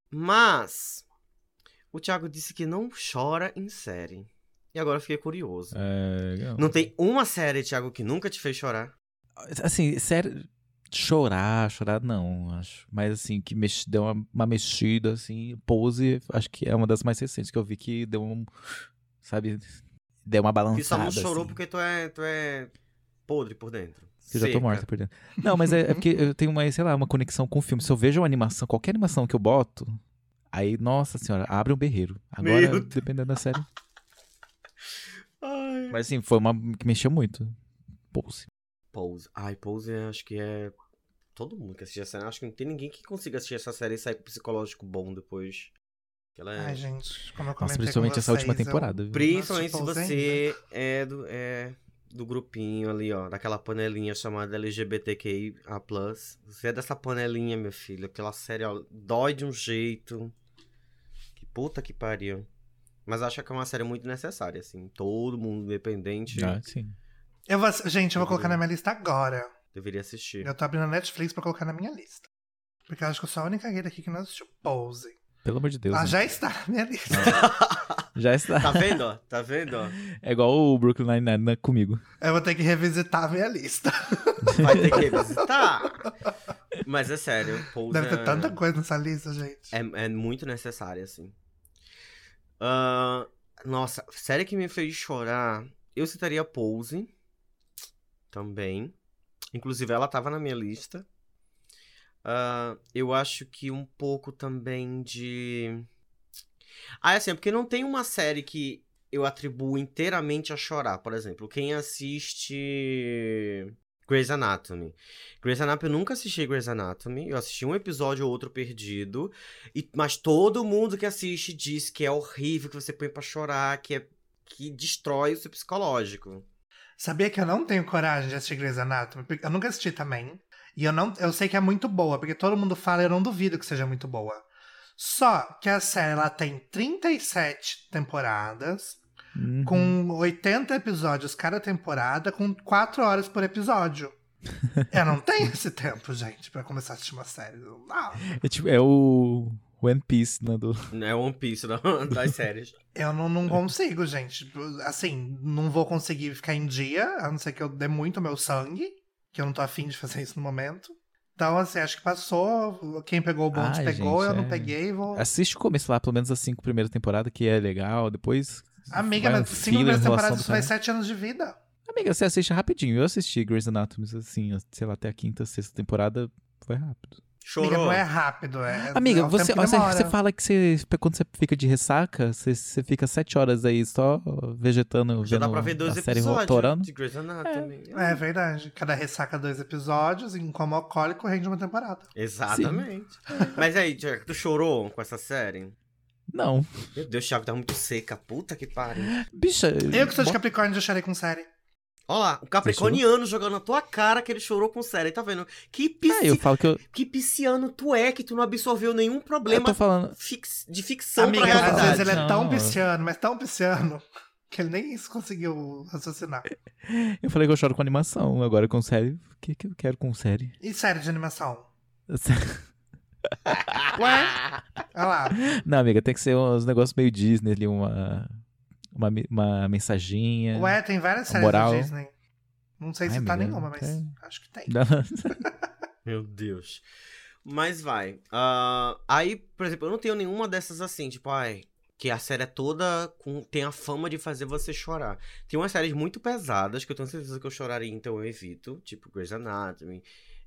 Mas, o Thiago disse que não chora em série. E agora eu fiquei curioso. Não tem uma série, Thiago, que nunca te fez chorar? Assim, sério, chorar não, acho. Mas assim, que deu uma mexida, assim, Pose, acho que é uma das mais recentes que eu vi que deu sabe, deu uma balançada. Que só não chorou assim. porque tu é podre por dentro. Eu já tô Seca. morta por dentro. Não, mas é porque eu tenho sei lá, uma conexão com o filme. Se eu vejo uma animação, qualquer animação que eu boto, aí, nossa senhora, abre um berreiro. Agora, Meu Deus. dependendo da série. Ai. Mas assim, foi uma que mexeu muito. Pose. Pose. Ai, Pose acho que é... Todo mundo que assiste essa série. Acho que não tem ninguém que consiga assistir essa série e sair com psicológico bom depois. Que ela é... Ai, gente, como eu Nossa, comentei principalmente com essa última vocês, temporada. Viu? Principalmente se Nossa, Pose você é do grupinho ali, ó. Daquela panelinha chamada LGBTQIA+. Você é dessa panelinha, meu filho. Aquela série, ó, dói de um jeito. Que puta que pariu. Mas acho que é uma série muito necessária, assim. Todo mundo independente Ah, sim. Gente, eu vou colocar na minha lista agora. deveria assistir. Eu tô abrindo a Netflix pra colocar na minha lista. Porque eu acho que eu sou a única gay aqui que não assistiu Pose. Pelo amor de Deus. Ela né? já está na minha lista. Já está. Tá vendo, ó? Tá vendo, ó? É igual o Brooklyn Nine-Nine né, comigo. Eu vou ter que revisitar a minha lista. Vai ter que revisitar. Mas é sério, Pose Deve ter tanta coisa nessa lista, gente. é muito necessária, assim. Nossa, série que me fez chorar, eu citaria Pose também. Inclusive, ela tava na minha lista. Eu acho que um pouco também de... assim, é porque não tem uma série que eu atribuo inteiramente a chorar. Por exemplo, quem assiste Grey's Anatomy. Grey's Anatomy, eu nunca assisti Grey's Anatomy. Eu assisti um episódio ou outro perdido. Mas todo mundo que assiste diz que é horrível, que você põe pra chorar, que destrói o seu psicológico. Sabia que eu não tenho coragem de assistir Grey's Anatomy? Porque eu nunca assisti também. E eu sei que é muito boa, porque todo mundo fala e eu não duvido que seja muito boa. Só que a série, ela tem 37 temporadas, com 80 episódios cada temporada, com 4 horas por episódio. Eu não tenho esse tempo, gente, pra começar a assistir uma série. Não. É o One Piece, né? É One Piece das séries. Eu não consigo, gente. Assim, não vou conseguir ficar em dia, a não ser que eu dê muito meu sangue, que eu não tô afim de fazer isso no momento. Então, assim, acho que passou. Quem pegou o bonde pegou, gente, eu não peguei. Assiste o começo lá, pelo menos as 5 primeiras temporadas, que é legal. Depois. Amiga, mas 5 primeiras temporadas isso faz 7 anos de vida. Amiga, você assiste rapidinho. Eu assisti Grey's Anatomy, assim, sei lá, até a 5ª, 6ª temporada. Foi rápido. Chorou. Amiga, não é rápido, Amiga, você fala que quando você fica de ressaca, você fica 7 horas aí só vegetando, já vendo dá pra ver 2 a série episódios de Grey's Anatomy. É verdade. Cada ressaca 2 episódios, em como alcoólico rende uma temporada. Exatamente. Mas aí, Thiago, tu chorou com essa série? Não. Meu Deus, Thiago, tá muito seca. Puta que pariu. Bicha. Eu que sou de Capricórnio já chorei com série. Olha lá, o capricorniano jogando na tua cara que ele chorou com série, tá vendo? Eu falo que pisciano tu é, que tu não absorveu nenhum problema de ficção Amiga, pra realidade. Às vezes ele é tão pisciano, mas tão pisciano, que ele nem isso conseguiu raciocinar. Eu falei que eu choro com animação, agora com série, o que eu quero com série? E série de animação? Ué? Olha lá. Não, amiga, tem que ser uns negócios meio Disney ali, uma mensaginha. Ué, tem várias séries da Disney. Não sei se tá nenhuma, mas acho que tem. Meu Deus. Mas vai. Aí, por exemplo, eu não tenho nenhuma dessas assim, tipo, que a série é toda tem a fama de fazer você chorar. Tem umas séries muito pesadas que eu tenho certeza que eu choraria, então eu evito. Tipo, Grey's Anatomy.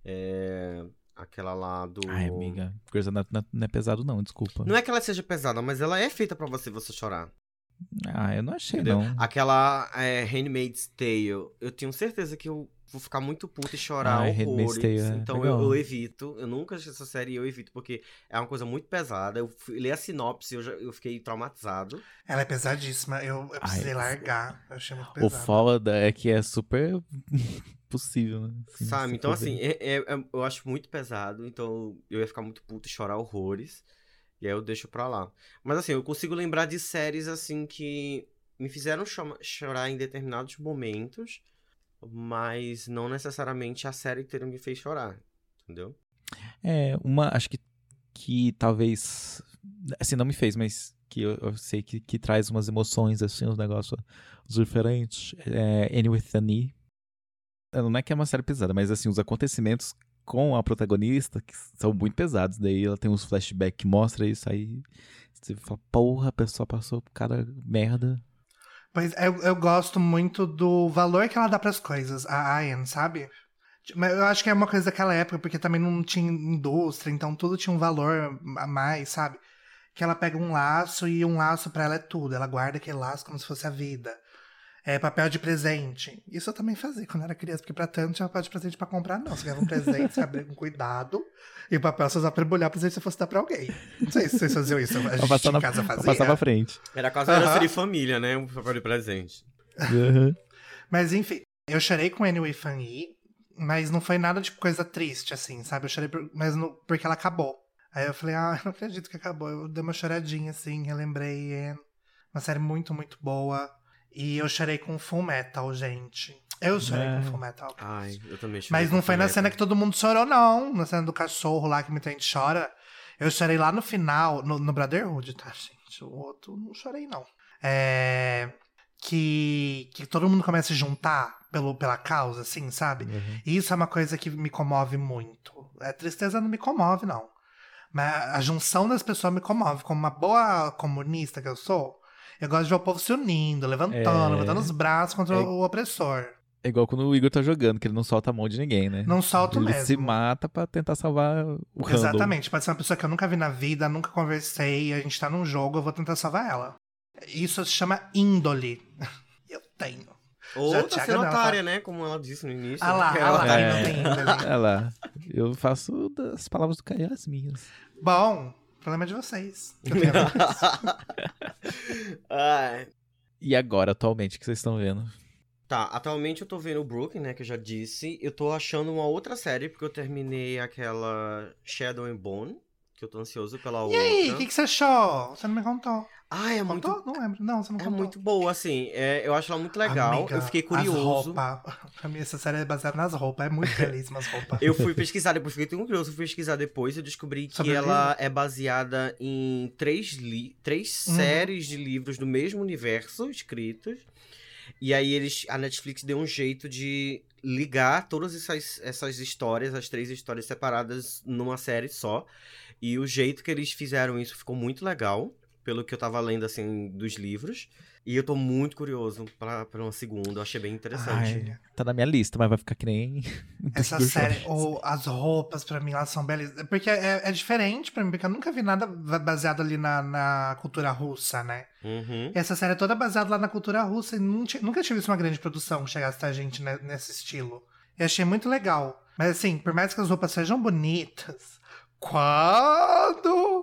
Aquela lá do... Ai, amiga, Grey's Anatomy não é pesado não, desculpa. Não é que ela seja pesada, mas ela é feita pra você chorar. Eu não achei, entendeu? não. Aquela Handmaid's Tale, eu tenho certeza que eu vou ficar muito puto e chorar horrores. Então eu evito. Eu nunca assisti essa série e eu evito, porque é uma coisa muito pesada. Eu li a sinopse e eu fiquei traumatizado. Ela é pesadíssima. Eu precisei largar. Eu achei muito pesado. O foda é que é super possível, né? Assim, sabe? Então, assim, eu acho muito pesado. Então eu ia ficar muito puto e chorar horrores. E aí eu deixo pra lá. Mas assim, eu consigo lembrar de séries assim que me fizeram chorar em determinados momentos, mas não necessariamente a série inteira me fez chorar, entendeu? Acho que talvez, assim, não me fez, mas que eu sei que traz umas emoções, assim, uns negócios diferentes. Annie with an E. Não é que é uma série pesada, mas assim, os acontecimentos com a protagonista, que são muito pesados. Daí ela tem uns flashbacks que mostram isso, aí você fala, porra, a pessoa passou por cada merda. Pois eu gosto muito do valor que ela dá pras coisas, a Ian, sabe? Mas eu acho que é uma coisa daquela época, porque também não tinha indústria, então tudo tinha um valor a mais, sabe? Que ela pega um laço e um laço pra ela é tudo. Ela guarda aquele laço como se fosse a vida. Papel de presente. Isso eu também fazia quando era criança, porque pra tanto tinha papel de presente pra comprar, não. Você ganhava um presente, você abria com cuidado, e o papel você usava pra embrulhar o presente se fosse dar pra alguém. Não sei se vocês faziam isso, a gente em casa fazia. Passava à frente. Era quase herança de família, né? Um papel de presente. Mas enfim, eu chorei com Annie with an E, mas não foi nada de coisa triste, assim, sabe? Eu chorei porque ela acabou. Aí eu falei, eu não acredito que acabou. Eu dei uma choradinha, assim, relembrei. Uma série muito, muito boa. E eu chorei com Full Metal, gente. Eu chorei com Full Metal. Ai, eu também chorei. Mas não foi na cena que todo mundo chorou, não. Na cena do cachorro lá, que muita gente chora. Eu chorei lá no final, no Brotherhood, tá, gente? O outro não chorei, não. Que todo mundo começa a se juntar pela causa, assim, sabe? E isso é uma coisa que me comove muito. Tristeza não me comove, não. Mas a junção das pessoas me comove. Como uma boa comunista que eu sou, eu gosto de ver o povo se unindo, levantando os braços contra o opressor. É igual quando o Igor tá jogando, que ele não solta a mão de ninguém, né? Não solta mesmo. Ele se mata pra tentar salvar o random. Exatamente. Pode ser uma pessoa que eu nunca vi na vida, nunca conversei, a gente tá num jogo, eu vou tentar salvar ela. Isso se chama índole. Eu tenho. Ou Já tá Thiago sendo não, otária, né? Como ela disse no início. Ah lá, que ah ela lá, tá- não tem ainda ali. Olha lá, eu faço das palavras do Caio as minhas. Bom, o problema é de vocês. Eu tenho a ver com isso. Ai. E agora, atualmente, o que vocês estão vendo? Tá, atualmente eu tô vendo o Brooklyn, né, que eu já disse. Eu tô achando uma outra série, porque eu terminei aquela Shadow and Bone, que eu tô ansioso pela E outra. aí, o que você achou? Você não me contou. Ah, é muito, Contou? Não lembro. Não, você não é contou. muito boa, assim. Eu acho ela muito legal. Amiga, eu fiquei As curioso. roupas. Pra mim, essa série é baseada nas roupas. É muito belíssima as roupas. Eu fui pesquisar depois, fiquei tão curioso, fui pesquisar depois e eu descobri que Sobre o ela é baseada em três séries de livros do mesmo universo escritos. E aí a Netflix deu um jeito de ligar todas essas histórias, as 3 histórias separadas numa série só. E o jeito que eles fizeram isso ficou muito legal, pelo que eu tava lendo, assim, dos livros. E eu tô muito curioso pra uma segunda, eu achei bem interessante. Ai, tá na minha lista, mas vai ficar que nem... Essa série, ou as roupas, pra mim, elas são belíssimas. Porque é diferente pra mim, porque eu nunca vi nada baseado ali na cultura russa, né? Uhum. Essa série é toda baseada lá na cultura russa e nunca tinha visto uma grande produção que chegasse a gente nesse estilo. E achei muito legal. Mas assim, por mais que as roupas sejam bonitas, quando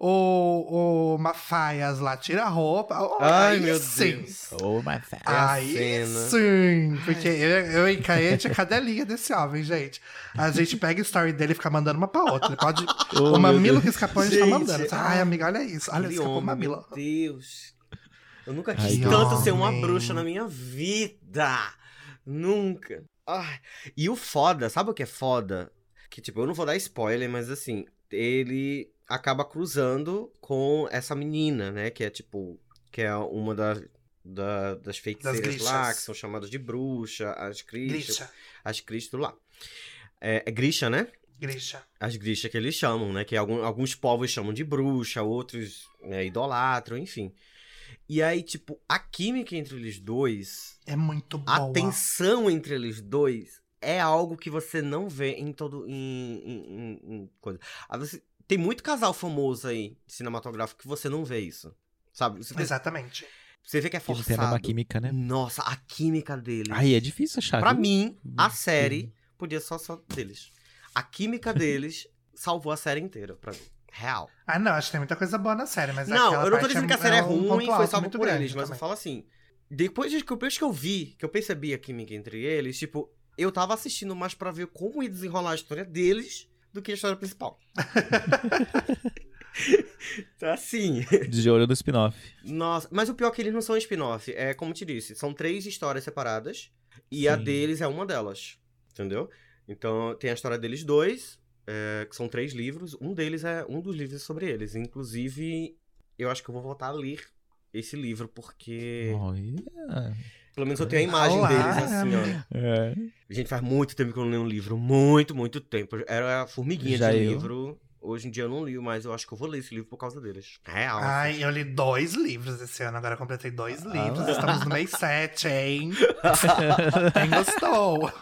o Mafaias lá tira a roupa, Ai, aí meu sim. Deus. Oh, my God. a Aí cena. sim, porque eu e Caete é cadelinha desse homem, gente. A gente pega o story dele e fica mandando uma pra outra. Ele pode. Oh, o mamilo meu que escapou, a gente tá Gente, mandando. Ai, amiga, olha isso. Olha, Aquele escapou o homem, mamilo. meu Deus. Eu nunca Ai, quis que tanto ser uma homem. bruxa na minha vida. Nunca. Ai. E o foda, sabe o que é foda? Que, tipo, eu não vou dar spoiler, mas assim, ele acaba cruzando com essa menina, né? Que é, tipo, que é uma das feiticeiras grixas. lá, que são chamadas de bruxa, as Grishas. Grisha. As Cristo lá. É Grisha, né? Grisha. As Grisha que eles chamam, né? Que alguns povos chamam de bruxa, outros idolatram, enfim. E aí, tipo, a química entre eles dois, É muito a boa. tensão entre eles dois é algo que você não vê em todo. Em coisa. Tem muito casal famoso aí, cinematográfico, que você não vê isso. Sabe? Exatamente. Você vê que é Que não forçado. tem a mesma química, né? Nossa, a química deles. Ai, é difícil achar. Pra viu? mim, a série podia só deles. A química deles salvou a série inteira, pra mim. Real. Ah, não, acho que tem muita coisa boa na série, mas Não, aquela eu não tô parte dizendo que a série é um ruim ponto e foi alto salvo muito por grande eles, mas eu também. falo assim, depois que eu vi, que eu percebi a química entre eles, tipo, eu tava assistindo mais pra ver como ia desenrolar a história deles do que a história principal. Então, assim, De olho no spin-off. nossa, mas o pior é que eles não são spin-off, é como eu te disse, são 3 histórias separadas e a Sim. deles é uma delas, entendeu? Então, tem a história deles dois, que são 3 livros, um dos livros é sobre eles, inclusive, eu acho que eu vou voltar a ler esse livro, porque Olha. pelo menos eu tenho a imagem Olá. deles, assim, ó. É. Gente, faz muito tempo que eu não leio um livro, muito tempo. Era a formiguinha Já de eu. livro. Hoje em dia eu não li, mas eu acho que eu vou ler esse livro por causa deles. Real. Ai, eu li 2 livros esse ano, agora eu completei 2 livros. lá. Estamos no mês 7, hein? Quem gostou?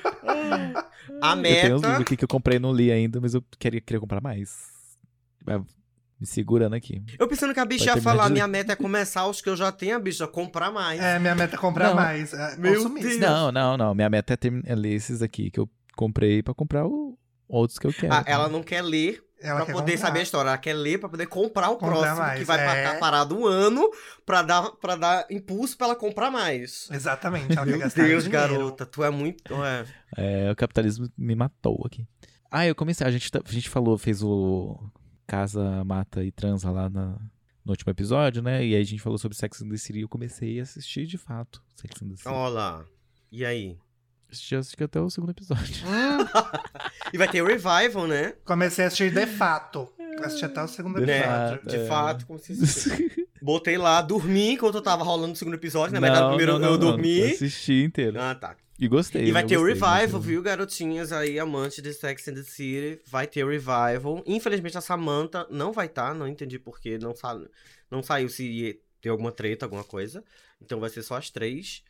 A Eu tenho uns meta. livros aqui que eu comprei e não li ainda, mas eu queria comprar mais. Vai me segurando aqui. Eu pensando que a bicha Vai ia terminar falar, de ler. minha meta é começar os que eu já tenho, a bicha, comprar mais. É, minha meta é comprar Não. mais. Meu Consumista. Deus. Não. Minha meta é ler esses aqui que eu comprei pra comprar outros que eu quero. Ela não quer ler Ela pra quer poder comprar. saber a história. Ela quer ler pra poder comprar o Comprar próximo, mais, que vai ficar parado um ano pra dar impulso pra ela comprar mais. Exatamente, ela quer Meu gastar Deus, dinheiro. garota, tu é muito. O capitalismo me matou aqui. Eu comecei. A gente falou, fez o Casa, Mata e Transa lá no último episódio, né? E aí a gente falou sobre Sex and the City e eu comecei a assistir de fato Sex and the City. Olha lá. E aí? Assisti até o segundo episódio. E vai ter o revival, né? Comecei a assistir de fato. Assisti até o segundo De episódio. fato. De fato, como se diz. Botei lá, dormi enquanto eu tava rolando o segundo episódio. Na verdade, Não, primeiro não, eu não. dormi. Assisti inteiro. Ah, tá. E gostei. E vai eu ter o gostei, revival, mas- viu, garotinhas aí, amantes de Sex and the City. Vai ter o revival. Infelizmente, a Samantha não vai estar. Não entendi porquê. Não saiu se ia ter alguma treta, alguma coisa. Então vai ser só as 3.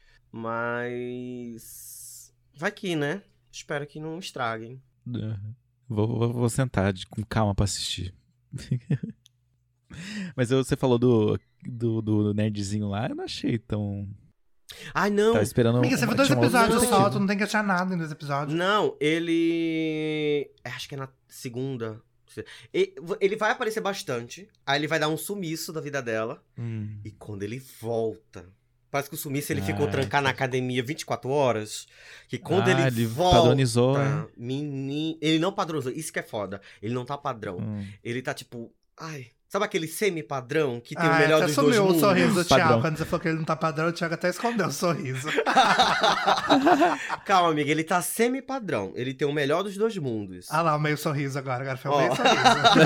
Mas... vai que, né? Espero que não estraguem. Vou sentar com calma pra assistir. Mas você falou do nerdzinho lá, eu não achei tão... Ai, não. Tava esperando... Amiga, você viu 2 tinha um outro episódios só, detetive. tu não tem que achar nada em 2 episódios. Não, ele... Acho que é na segunda. Ele vai aparecer bastante. Aí ele vai dar um sumiço da vida dela. E quando ele volta... Parece que o sumiço ele ficou trancado na academia 24 horas. Que quando ele volta... padronizou, menino... Ele não padronizou. Isso que é foda. Ele não tá padrão. Ele tá tipo... Ai... Sabe aquele semi-padrão que tem o melhor dos dois mundos? Sumiu o sorriso do Thiago. Padrão. Quando você falou que ele não tá padrão, o Thiago até escondeu o sorriso. Calma, amiga. Ele tá semi-padrão. Ele tem o melhor dos dois mundos. Ah lá, o meio sorriso agora. Agora foi o meio sorriso.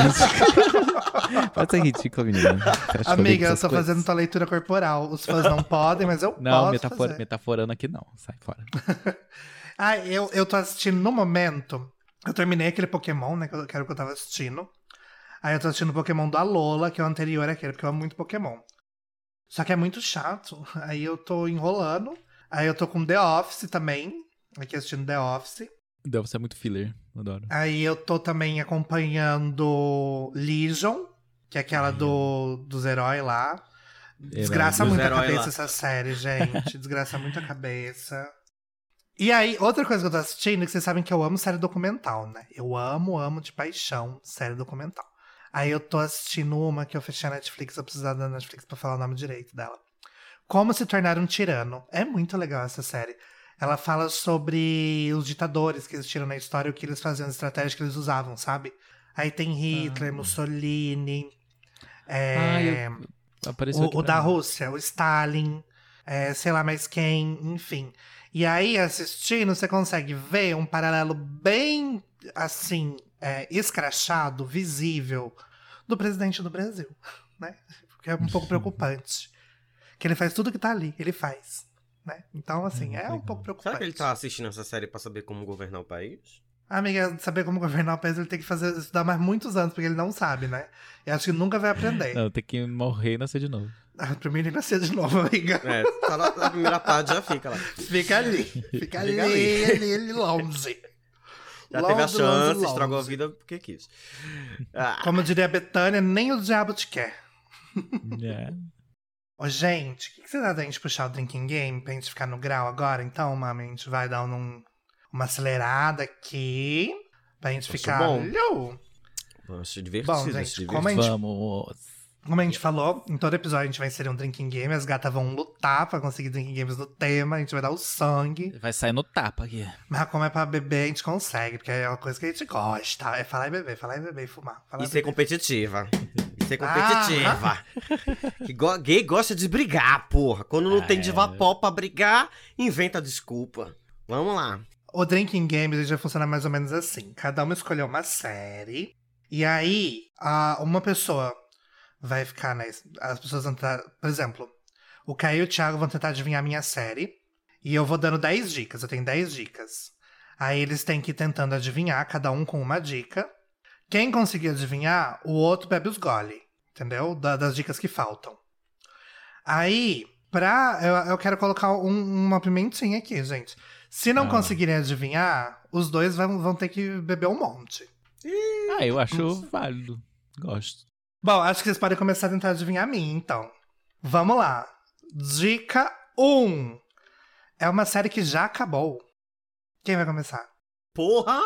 Pode ser ridículo, menina. Amiga, eu tô fazendo tua leitura corporal. Os fãs não podem, mas eu Não, posso fazer. metaforando aqui não. Sai fora. Eu tô assistindo no momento. Eu terminei aquele Pokémon, né? Que era o que eu tava assistindo. Aí eu tô assistindo o Pokémon da Lola, que é o anterior àquele, porque eu amo muito Pokémon. Só que é muito chato. Aí eu tô enrolando. Aí eu tô com The Office também. Aqui assistindo The Office. Deve ser muito filler. Adoro. Aí eu tô também acompanhando Legion, que é aquela dos heróis lá. Desgraça Dos muito a herói cabeça lá. essa série, gente. Desgraça muito a cabeça. E aí, outra coisa que eu tô assistindo, que vocês sabem que eu amo série documental, né? Eu amo de paixão série documental. Aí eu tô assistindo uma que eu fechei a Netflix, eu precisava da Netflix pra falar o nome direito dela. Como se tornar um tirano. É muito legal essa série. Ela fala sobre os ditadores que existiram na história, o que eles faziam, as estratégias que eles usavam, sabe? Aí tem Hitler, Mussolini, Apareceu aqui o pra da mim. Rússia, o Stalin, sei lá mais quem, enfim. E aí, assistindo, você consegue ver um paralelo bem, assim, escrachado, visível, do presidente do Brasil, né? Que é um pouco preocupante. Que ele faz tudo que tá ali, ele faz, né? Então, assim, é um pouco preocupante. Será que ele tá assistindo essa série pra saber como governar o país? Amiga, saber como governar o país, ele tem que estudar mais muitos anos, porque ele não sabe, né? E acho que nunca vai aprender. Não, tem que morrer e nascer de novo. Pra mim, ele nascer de novo, amiga. Tá na primeira parte, já fica lá. Fica ali. Fica ali, longe. Já teve a Longe, chance, longe, estragou a longe. vida porque quis. Como diria a Betânia, nem o diabo te quer. É. Ô, gente, o que vocês acham da gente puxar o drinking game pra gente ficar no grau agora? Então, mami, a gente vai dar uma acelerada aqui pra gente Acho ficar... bom. Lhou. Vamos se divertir, Bom, vamos gente, se divertir. como a gente Vamos. Como a gente falou, em todo episódio a gente vai inserir um drinking game. As gatas vão lutar pra conseguir drinking games no tema. A gente vai dar o sangue. Vai sair no tapa aqui. Mas como é pra beber, a gente consegue. Porque é uma coisa que a gente gosta. É falar e beber e fumar. Falar E e ser beber. competitiva. E ser competitiva. Gay gosta de brigar, porra. Quando não tem diva pop pra brigar, inventa desculpa. Vamos lá. O drinking game ele já funciona mais ou menos assim. Cada uma escolheu uma série. E aí, uma pessoa vai ficar, né? As pessoas vão tentar... Por exemplo, o Caio e o Thiago vão tentar adivinhar a minha série. E eu vou dando 10 dicas. Eu tenho 10 dicas. Aí eles têm que ir tentando adivinhar, cada um com uma dica. Quem conseguir adivinhar, o outro bebe os gole. Entendeu? Das dicas que faltam. Aí, eu quero colocar uma pimentinha aqui, gente. Se não conseguirem adivinhar, os dois vão ter que beber um monte. Eu acho válido. Gosto. Bom, acho que vocês podem começar a tentar adivinhar a mim, então. Vamos lá. Dica 1. É uma série que já acabou. Quem vai começar? Porra!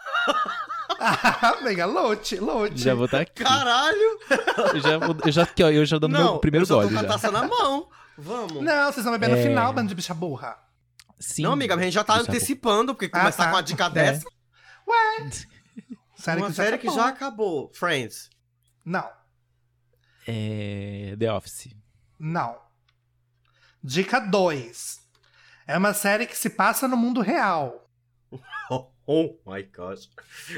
Amiga, lote. Já vou estar aqui. Caralho! Eu já dando meu primeiro gole eu já tô com a já. taça na mão. Vamos. Não, vocês vão beber no final, bando de bicha burra. Sim. Não, amiga, a gente já tá Bicha antecipando, porque começar tá. com uma dica dessa. Série Uma que série que já acabou. Friends. Não. The Office. Não. Dica 2. É uma série que se passa no mundo real. Oh my gosh.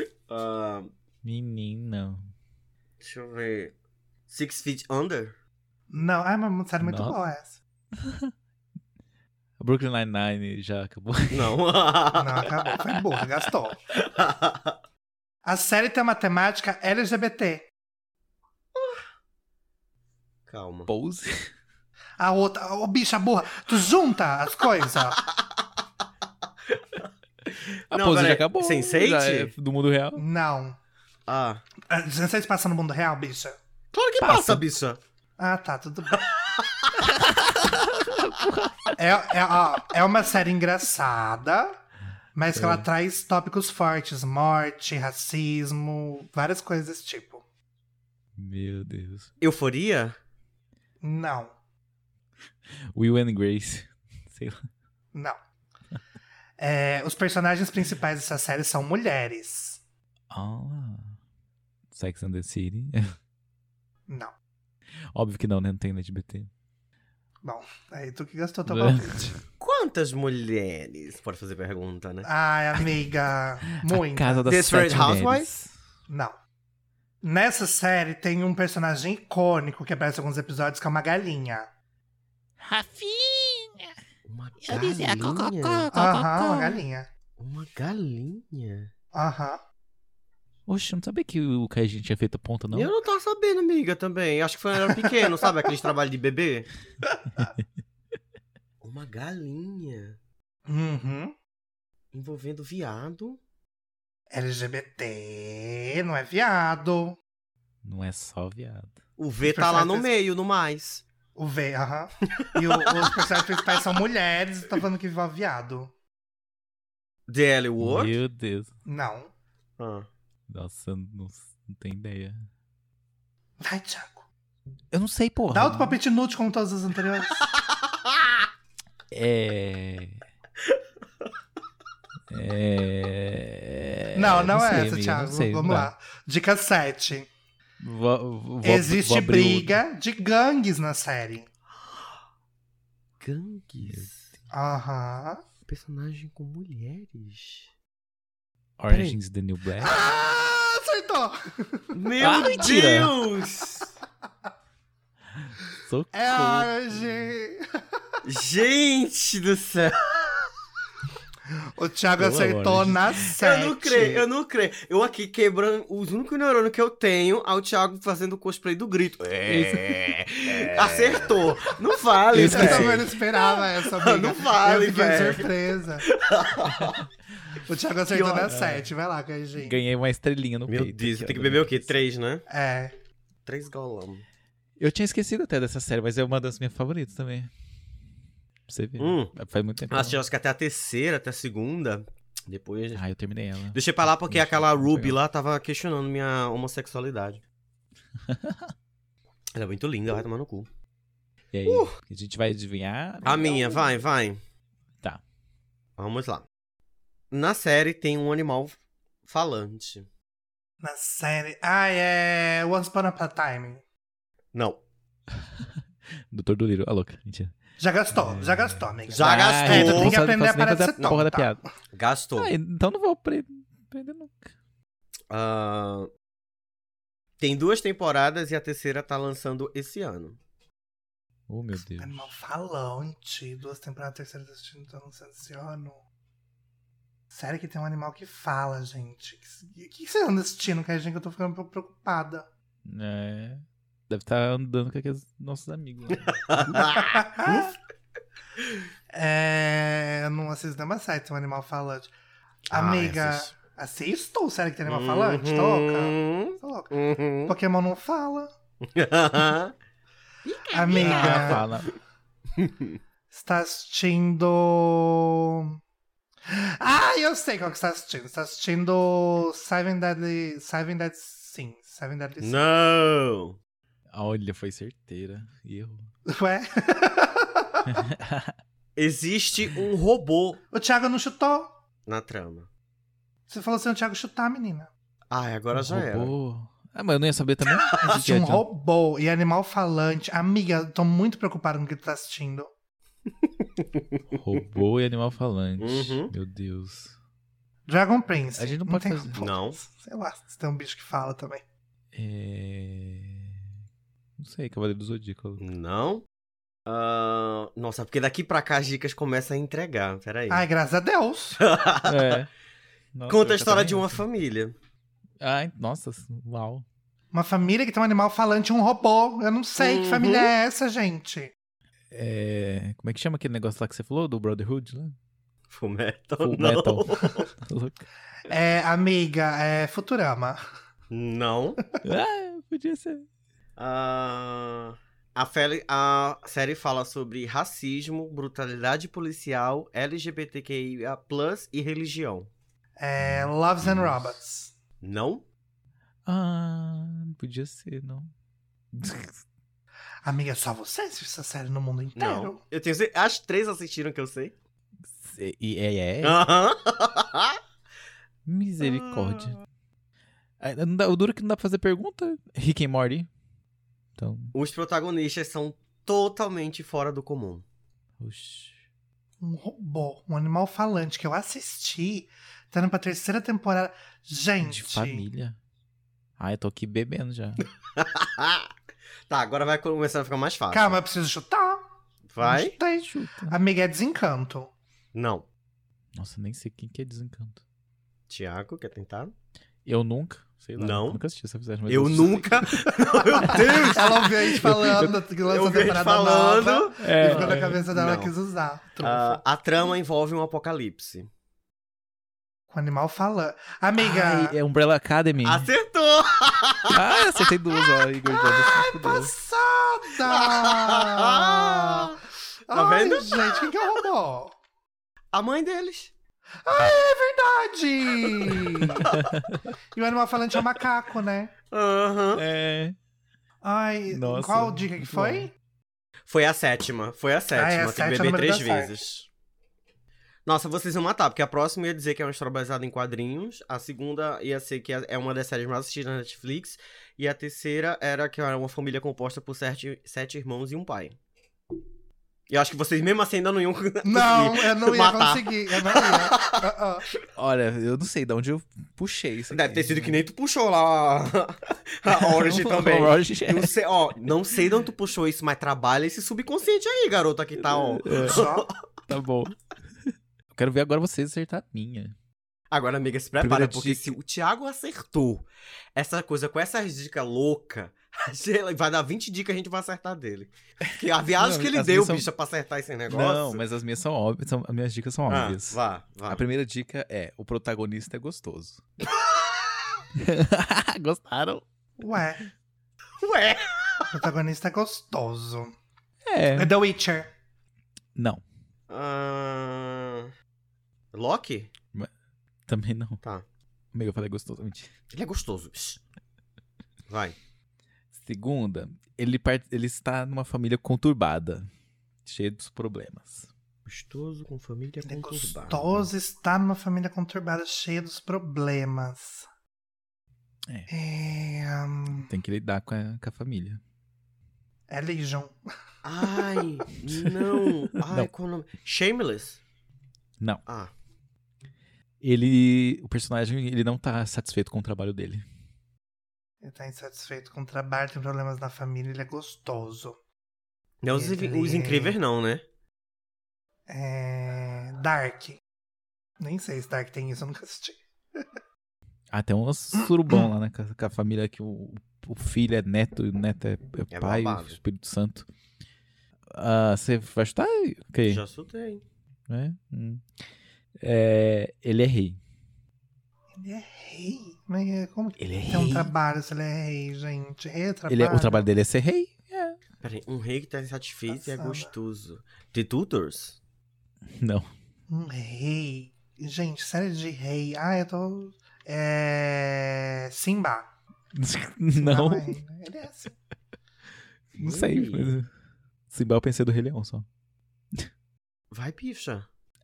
Menina. Deixa eu ver. 6 Feet Under? Não, é uma série muito Nossa. boa essa. Brooklyn Nine-Nine já acabou. Não. Não, acabou. Foi burra, gastou. A série tem uma temática LGBT. Calma. Pose. A outra, bicha burra, tu junta as coisas. A Não, Pose peraí. já acabou. Sense8? Já é do mundo real. Não. Não sei se passa no mundo real, bicha. Claro que passa, bicha. Ah, tá, tudo bem. É uma série engraçada, mas que ela traz tópicos fortes. Morte, racismo, várias coisas desse tipo. Meu Deus. Euforia? Não, Will and Grace. Sei lá. não. Os personagens principais dessa série são mulheres. Ah. Sex and the City. Não. Óbvio que não, né? Não tem LGBT. Bom, aí tu que gastou teu palpite. Quantas mulheres? Pode fazer pergunta, né? Ai, amiga, muito. Casa das Desperate Sete Housewives? Mulheres. Não. Nessa série tem um personagem icônico que aparece em alguns episódios, que é uma galinha. Rafinha! Uma Eu dizia galinha? Aham, uma galinha. Uma galinha? Aham. Oxe, eu não sabia que o Kaijin tinha feito a ponta, não. Eu não tava sabendo, amiga, também. Acho que foi quando eu era pequeno, sabe? Aqueles trabalhos de bebê. Uma galinha. Uhum. Envolvendo viado. LGBT, não é viado. Não é só viado. O V tá lá no meio, no mais. O V, aham. E os personagens principais são mulheres e tá falando que envolve viado. The L Word? Meu Deus. Não. Ah. Nossa, não tenho ideia. Vai, Thiago. Eu não sei, porra. Dá outro palpite inútil como todos os anteriores. Não é sei, essa, amiga, Thiago. não sei, Vamos vai. lá. Dica 7. Vou Existe abrir briga de gangues na série. Gangues. Aham. Personagem com mulheres. Orange is the New Black. Ah, acertou! Meu mentira. Deus! Socorro. É Orange. Gente do céu! O Thiago Pelo acertou Orange. na 7. Eu não creio. Eu aqui quebrando os únicos neurônios que eu tenho, ao Thiago fazendo o cosplay do grito. Acertou. Não vale, Eu também velho. não esperava essa, amiga. Não vale, Eu fiquei velho. surpresa. O Thiago acertou Que na ódio. 7. Vai lá, Kaijin. Ganhei uma estrelinha no Meu peito. Deus, aqui, tem que ó, beber o quê? 3, né? É. 3 golão. Eu tinha esquecido até dessa série, mas é uma das minhas favoritas também. Pra você ver. Faz muito tempo. Acho que até a terceira, até a segunda. Depois. Ah, eu terminei ela. Deixei pra lá porque Deixa aquela eu Ruby pegar. lá tava questionando minha homossexualidade. Ela é muito linda, vai tomar no cu. E aí, a gente vai adivinhar? A minha, vai. Tá. Vamos lá. Na série tem um animal falante. Na série. Ah, é. Once Upon a Time. Não. Doutor Dolittle. Ah, louca. Mentira. Já gastou, amiga. Já gastou. É, tu tem não que sabe- aprender não a faço nem parar de fazer ser a porra da tonta. piada. Gastou. Ah, então não vou aprender nunca. Tem 2 temporadas e a terceira tá lançando esse ano. Oh, meu Deus. Animal falante. 2 temporadas, terceira tá assistindo, tá lançando esse ano. Sério que tem um animal que fala, gente. O que você anda assistindo, que a gente que eu tô ficando um pouco preocupada. É. Deve estar andando com aqueles nossos amigos. Né? Eu não assisto nenhuma série, tem um animal falante. Amiga, assisto. assisto? Sério que tem animal falante? Tô louca. Tô louca. Pokémon não fala. Ah, Amiga, fala. está assistindo... Ah, eu sei qual que você está assistindo. Você está assistindo Seven Deadly Sins. Seven Deadly Sins. Não. Olha, foi certeira. Erro. Ué? Existe um robô O Thiago não chutou. na trama. Você falou assim, o Thiago chutar, menina. Ai, agora já era. Robô. Ah, mas eu não ia saber também. Existe um robô e animal falante. Amiga, tô muito preocupado com o que tu tá assistindo. Robô e animal falante. Uhum. Meu Deus. Dragon Prince. A gente não pode tem fazer. robô. Não. Sei lá, se tem um bicho que fala também. Não sei, Cavaleiro do Zodíaco. Não. Nossa, porque daqui pra cá as dicas começam a entregar. Peraí. Ai, graças a Deus. É. Nossa, Conta eu a história também de uma acho. família. Ai, nossa, uau. Uma família que tem um animal falante e um robô. Eu não sei que família é essa, gente. Como é que chama aquele negócio lá que você falou? Do Brotherhood lá? Full Metal. Full não. Metal. Louco. Amiga, é Futurama. Não. Ah, podia ser. A série fala sobre racismo, brutalidade policial, LGBTQIA+, e religião. Loves and Robots. Não? Não podia ser, não. Amiga, só você assiste essa série no mundo inteiro? Não. Eu tenho certeza. As 3 assistiram que eu sei. E é? Aham. Misericórdia. O duro é que não dá pra fazer pergunta. Rick and Morty. Então, Os protagonistas são totalmente fora do comum. oxi. Um robô, um animal falante que eu assisti, tá indo pra 3ª temporada. Gente. De família. Eu tô aqui bebendo já. Tá, agora vai começar a ficar mais fácil. Calma, eu preciso chutar. Vai? Chutei. Chuta. Amiga, é Desencanto. Não. Nossa, nem sei quem que é Desencanto. Tiago, quer tentar? Eu nunca, sei lá. Não. Eu nunca assisti essa série. Mas Eu nunca. Meu Deus! Ela ouviu a gente falando que Eu lançou a vi a gente temporada falando. nova. E ficou na cabeça dela, Não. quis usar. Trunfo. A trama envolve um apocalipse. Com animal falando. Amiga. É Umbrella Academy. Acertou! Acertei 2, ó. Igor já deu 5 delas. Passada! Tá vendo? Ai, gente, quem que é o robô? A mãe deles. É verdade! E o animal falante é o macaco, né? Aham. É. Ai, Nossa, qual dica que muito foi? Foi a sétima. a Tem que sétima beber número 3 da sorte. vezes. Nossa, vocês iam matar, porque a próxima ia dizer que é uma história baseada em quadrinhos. A segunda ia ser que é uma das séries mais assistidas na Netflix. E a terceira era que era uma família composta por 7 irmãos e um pai. E eu acho que vocês mesmo assim ainda não iam Não, conseguir eu não ia matar. conseguir. Eu não ia. Olha, eu não sei de onde eu puxei isso aqui. Deve ter sido que nem tu puxou lá a Orange também. Orange, é. Não sei, não sei de onde tu puxou isso, mas trabalha esse subconsciente aí, garota, que tá, ó. Só. Tá bom. Eu quero ver agora vocês acertar a minha. Agora, amiga, se prepara, Primeira porque dica. se o Thiago acertou essa coisa com essas dicas loucas, vai dar 20 dicas que a gente vai acertar dele. Porque a viagem Não, que ele as deu, minhas são- bicha, pra acertar esse negócio... Não, mas as minhas são óbvias. As minhas dicas são óbvias. vá. A primeira dica é: o protagonista é gostoso. Gostaram? Ué, Ué! o protagonista é gostoso. É. É The Witcher. Não, Loki? também não. Tá. Amigo, eu falei gostoso. Mentira. Ele é gostoso. Psh. Vai. Segunda, ele está numa família conturbada, cheia dos problemas. Gostoso com família Ele é conturbada. gostoso, está numa família conturbada, cheia dos problemas. Tem que lidar com a família. É Legion. Ai, não. Ai, Não. qual o nome? Shameless? Não. Ah, O personagem, ele não tá satisfeito com o trabalho dele. Ele tá insatisfeito com o trabalho, tem problemas na família, ele é gostoso. não os, Ele- os Incríveis não, né? Dark. Nem sei se Dark tem isso, eu nunca assisti. Tem um surubão lá, né? Com a família que o filho é neto e o neto é É pai, babado. o Espírito Santo. Você vai chutar? Ok. Já soltei. Ele é rei. Ele é rei? Mas como que Ele é tem um rei? trabalho se ele é rei, gente? Rei é trabalho? O trabalho dele é ser rei? Peraí, um rei que tá insatisfeito e é Passada. gostoso. The Tutors? Não. Um rei. Gente, série de rei. Eu tô... Simba. Não. é rei, né? Ele é assim. Não sei. Ih. Simba eu pensei do Rei Leão só. Vai, bicha.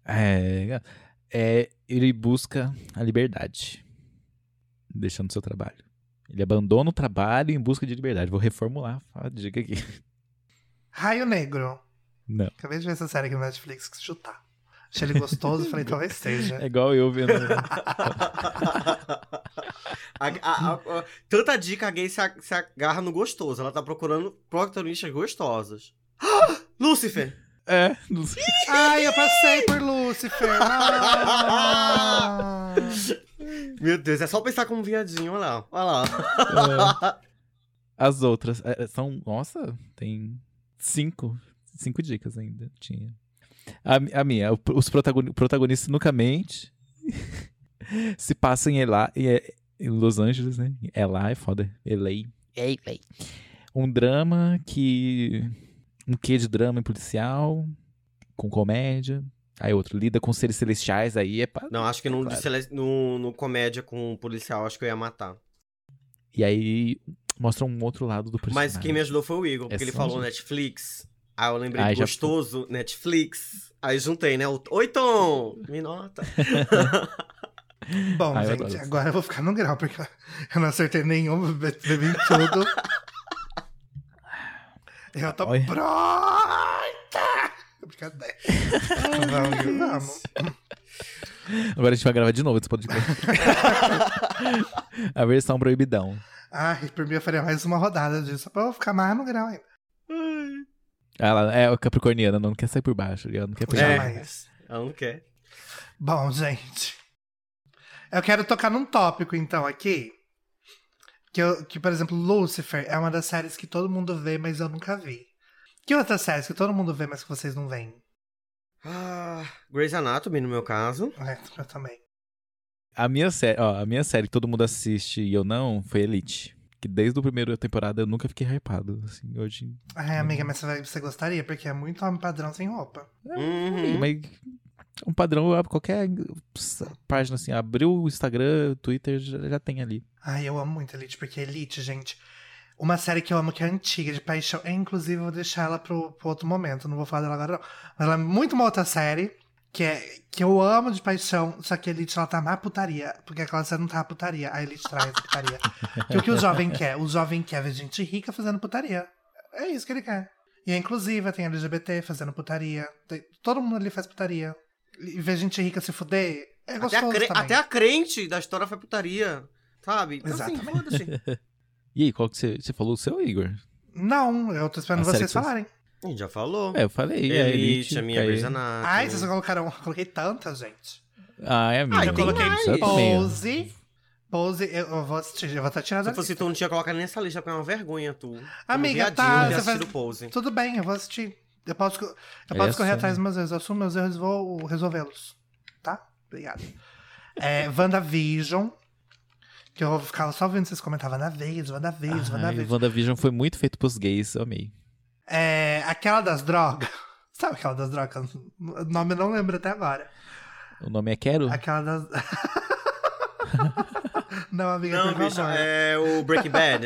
Ele busca a liberdade, deixando seu trabalho. Ele abandona o trabalho em busca de liberdade. Vou reformular a dica aqui. Raio Negro. Não. Acabei de ver essa série aqui no Netflix, que chutar. Achei ele gostoso, falei, talvez seja. É igual eu vendo. Tanta dica, a gay se agarra no gostoso. Ela tá procurando protagonistas gostosos. Lúcifer! Não sei. Eu passei por Lúcifer. Meu Deus, é só pensar como viadinho, olha lá. As outras são. Nossa, tem 5 dicas ainda. Tinha. A minha, o protagonista nunca mente. Se passa em Los Angeles, né? LA é foda. LA. Um drama que... Um quê de drama e policial, com comédia. Aí outro, lida com seres celestiais, aí é pra... Não, acho que claro. no comédia com policial, acho que eu ia matar. E aí mostra um outro lado do personagem. Mas quem me ajudou foi o Igor, porque É ele só, falou gente. Netflix. Aí eu lembrei Ai, de já- gostoso, Netflix. Aí juntei, né? Oi, Tom! Me nota. Bom, Ah, eu gente, adoro. agora eu vou ficar no grau, porque eu não acertei nenhum, bebi tudo. Eu tô Olha. pronta! Brincadeira. Vamos que vamos. Agora a gente vai gravar de novo esse podcast. A versão proibidão. Ai, por mim eu faria mais uma rodada disso, só pra eu ficar mais no grau ainda. Ela é o capricorniana, não quer sair por baixo. Ela não quer pegar. Jamais. Ela não quer. Bom, gente. Eu quero tocar num tópico, então, aqui. Que, por exemplo, Lucifer é uma das séries que todo mundo vê, mas eu nunca vi. Que outras séries que todo mundo vê, mas que vocês não veem? Grey's Anatomy, no meu caso. É, eu também. A minha série que todo mundo assiste e eu não, foi Elite. Que desde a primeira temporada eu nunca fiquei hypado. Assim, hoje. Ai, amiga, mas você gostaria? Porque é muito homem padrão sem roupa. Uhum. Mas um padrão, qualquer página assim, abriu o Instagram, Twitter, já tem ali. Ai, eu amo muito Elite, porque Elite, gente... Uma série que eu amo, que é antiga, de paixão. Inclusive, eu vou deixar ela pro outro momento. Não vou falar dela agora, não. Mas ela é muito uma outra série, que eu amo de paixão. Só que a Elite, ela tá mais putaria. Porque aquela série não tá putaria. A Elite traz a putaria. Que o que o jovem quer? O jovem quer ver gente rica fazendo putaria. É isso que ele quer. E é inclusiva, tem LGBT fazendo putaria. Todo mundo ali faz putaria. E ver gente rica se fuder, é gostoso também. Até a crente da história foi putaria. Sabe? Então, assim, Exatamente. foda-se. E aí, qual que você falou o seu, Igor? Não, eu tô esperando A série vocês que vocês- falarem. A gente já falou. Eu falei. Elite, a minha aí. Grey's Anatomy. Ai, vocês colocaram... Eu coloquei tanta, gente. Ah, é a minha. eu Eu coloquei mais. Eu também. Pose, eu vou assistir, eu vou estar tirando Se a fosse tu, não tinha colocado nessa lista, porque é uma vergonha, tu. Amiga, Como tá, viadinho de você assistir faz- o Pose. Tudo bem, eu vou assistir. Eu posso Olha correr só. atrás dos meus erros. Eu assumo meus erros e vou resolvê-los. Tá? Obrigado. WandaVision. Que eu ficava só vendo vocês comentavam WandaVision. WandaVision foi muito feito pros gays, eu amei. Aquela das drogas. Sabe aquela das drogas? O nome eu não lembro até agora. O nome é Quero? Aquela das... Não, amiga, Não, por bicho, favor. é o Breaking Bad.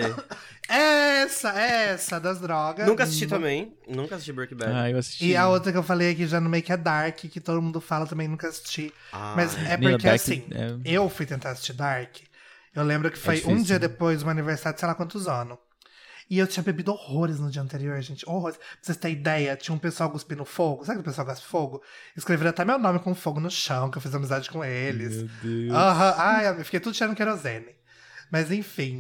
Essa das drogas. Nunca assisti também. Nunca assisti Breaking Bad. Ah, eu assisti. E a outra que eu falei aqui já no meio que é Dark, que todo mundo fala também, nunca assisti. Mas é Menina, porque Dark assim, é- eu fui tentar assistir Dark. Eu lembro que foi difícil, um dia né? depois do meu aniversário de sei lá quantos anos. E eu tinha bebido horrores no dia anterior, gente. Horrores. Pra vocês terem ideia, tinha um pessoal cuspindo fogo. Sabe que o pessoal gosta de fogo? Escreveram até meu nome com fogo no chão, que eu fiz amizade com eles. Meu Deus. Ai, eu fiquei tudo cheirando querosene. Mas enfim,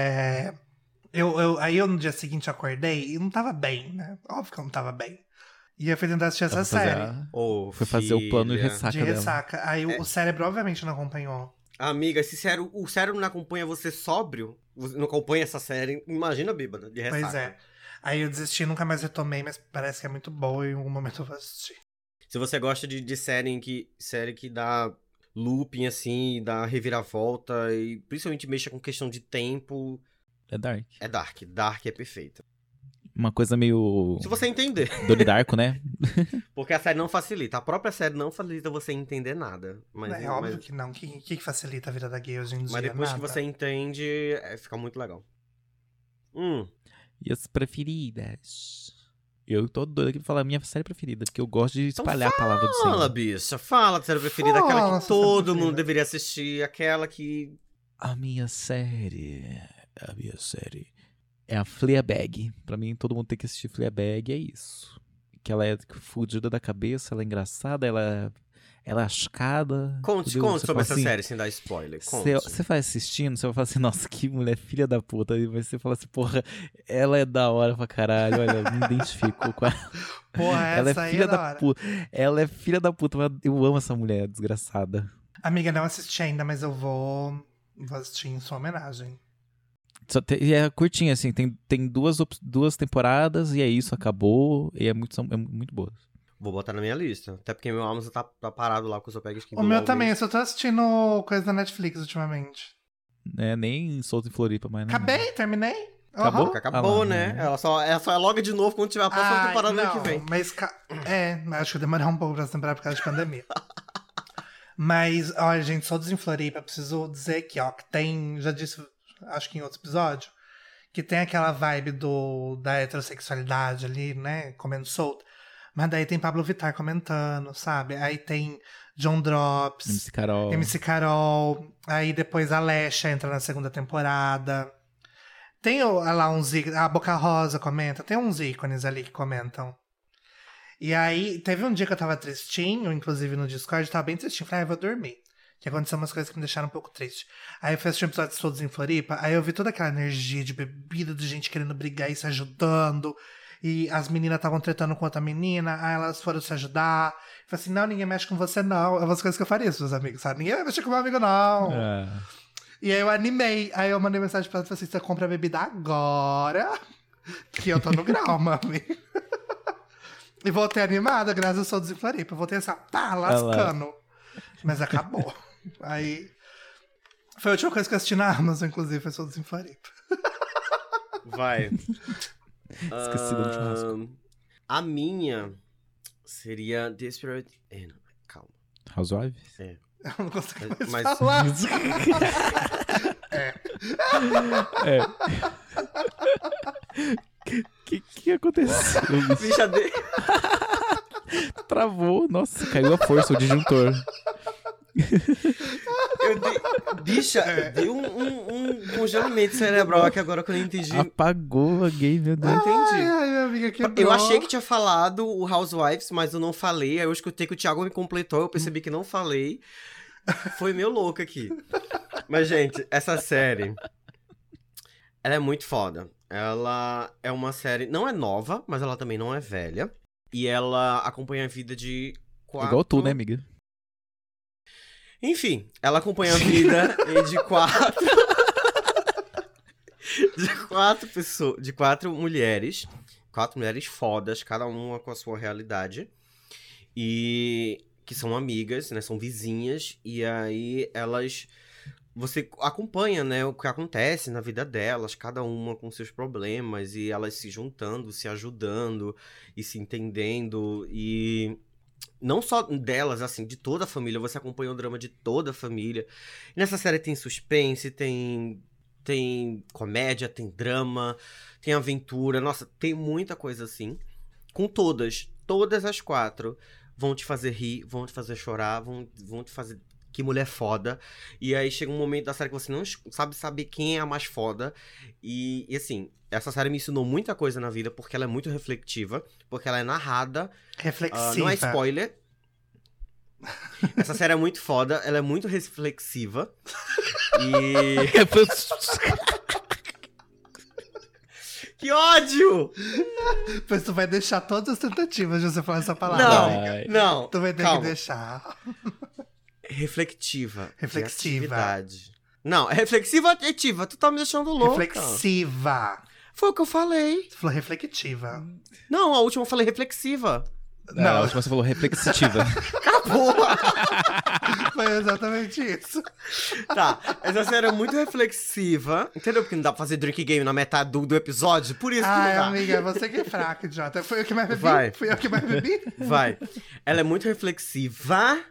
aí eu no dia seguinte acordei e não tava bem, né? Óbvio que eu não tava bem. E eu fui tentar assistir essa Ela foi fazer série a- Ô, Foi fazer o plano de filha. ressaca de dela. ressaca. Aí o cérebro obviamente não acompanhou. Amiga, se o cérebro não acompanha você sóbrio, você não acompanha essa série, imagina bêbada, de ressaca. Pois é. Aí eu desisti, nunca mais retomei, mas parece que é muito boa e em algum momento eu vou assistir. Se você gosta de série que dá looping, assim, dá reviravolta, e principalmente mexa com questão de tempo, É Dark. é Dark. Dark é perfeita. Uma coisa meio... Se você entender. Donnie Darko, né? Porque a série não facilita. A própria série não facilita você entender nada. Mas, É óbvio que não. O que facilita a vida da gay hoje em dia? mas depois que Nada. você entende, fica muito legal. E as preferidas? Eu tô doido aqui pra falar a minha série preferida, porque eu gosto de espalhar a palavra do Fala, Senhor. bicha. Fala da série preferida. Fala, Aquela que sua série todo preferida. mundo deveria assistir. Aquela que... A minha série é a Fleabag. Pra mim, todo mundo tem que assistir Fleabag, é isso. Que ela é fudida da cabeça, ela é engraçada, ela é lascada. Conte entendeu? sobre Você fala essa assim, série, sem dar spoiler. Conte. Você vai assistindo, você vai falar assim, nossa, que mulher filha da puta. E você fala assim, porra, ela é da hora pra caralho, olha, eu me identifico com ela. Porra, Ela essa é aí filha é da da hora. puta. Ela é filha da puta, mas eu amo essa mulher desgraçada. Amiga, não assisti ainda, mas eu vou assistir em sua homenagem. E é curtinha, assim, tem duas temporadas e é isso, acabou. E é muito boa. Vou botar na minha lista. Até porque meu Amazon tá parado lá com o seu pega skin O meu também, eu só tô assistindo coisa da Netflix ultimamente. Nem solto em Floripa, mas não. Acabei, terminei. Acabou? Aham. Acabou, Ah, né? Ela só é logo de novo quando tiver a próxima temporada no ano que vem. Mas acho que vai demorar um pouco pra temporada por causa de pandemia. Mas, olha, gente, só em Floripa, preciso dizer aqui, ó, que tem, já disse, acho que em outro episódio, que tem aquela vibe da heterossexualidade ali, né, comendo solto. Mas daí tem Pablo Vittar comentando, sabe? Aí tem John Drops, MC Carol, aí depois a Lesha entra na segunda temporada. Tem lá uns ícones, a Boca Rosa comenta, tem uns ícones ali que comentam. E aí, teve um dia que eu tava tristinho, inclusive no Discord, eu tava bem tristinho. Falei, eu vou dormir. Que aconteceu umas coisas que me deixaram um pouco triste. Aí eu fui assistir episódios todos em Floripa, aí eu vi toda aquela energia de bebida, de gente querendo brigar e se ajudando. E as meninas estavam tretando com outra menina, aí elas foram se ajudar. Eu falei assim, não, ninguém mexe com você, não. É umas coisas que eu faria, seus amigos, sabe? Ninguém vai mexer com meu amigo, não. E aí eu animei. Aí eu mandei mensagem pra ela e falei assim, você compra a bebida agora, que eu tô no grau, mami. E voltei animada, graças ao Soldos em Floripa. Voltei assim, pá, lascando. Mas acabou. Aí. Foi a última coisa que eu assisti na Amazon, inclusive, foi Soldos em Floripa. Vai. Esqueci do churrasco. A minha seria Desperate. Não, calma. Housewives? É. Eu não consigo mais Mas- falar. Que aconteceu? Bicha Travou, nossa, caiu a força, o disjuntor. Bicha, deu um congelamento cerebral aqui agora que eu não entendi. Apagou a gay, meu Deus. Não entendi. Ai, minha amiga quebrou. Eu achei que tinha falado o Housewives, mas eu não falei. Aí eu escutei que o Thiago me completou, eu percebi que não falei. Foi meio louco aqui. Mas, gente, essa série, ela é muito foda. Ela é uma série, não é nova, mas ela também não é velha. E ela acompanha a vida de 4... Igual tu, né, amiga? Enfim, ela acompanha a vida de 4... de 4 pessoas, de 4 mulheres. 4 mulheres fodas, cada uma com a sua realidade. E que são amigas, né? São vizinhas. E aí elas... Você acompanha, né, o que acontece na vida delas, cada uma com seus problemas, e elas se juntando, se ajudando e se entendendo, e não só delas, assim, de toda a família, você acompanha o drama de toda a família. E nessa série tem suspense, tem comédia, tem drama, tem aventura, nossa, tem muita coisa assim, com todas as 4 vão te fazer rir, vão te fazer chorar, vão te fazer... Que mulher foda. E aí chega um momento da série que você não sabe quem é a mais foda. E assim, essa série me ensinou muita coisa na vida, porque ela é muito reflexiva, porque ela é narrada. Reflexiva. Não é spoiler. Essa série é muito foda, ela é muito reflexiva. E... Que ódio! Pois tu vai deixar todas as tentativas de você falar essa palavra. Não. Tu vai ter calma. que deixar. Reflexiva. Reflexiva. Criatividade. Não, é reflexiva ou ativa? Tu tá me deixando louca. Reflexiva. Foi o que eu falei. Tu falou reflectiva. Não, a última eu falei reflexiva. Não, a última você falou reflexiva. Acabou! Foi exatamente isso. Tá, essa série é muito reflexiva. Entendeu? Porque não dá pra fazer drink game na metade do episódio. Por isso que Ai, não dá. amiga, você que é fraca, idiota. Foi eu que mais bebi? Vai. Fui eu que mais bebi? Vai. Ela é muito reflexiva.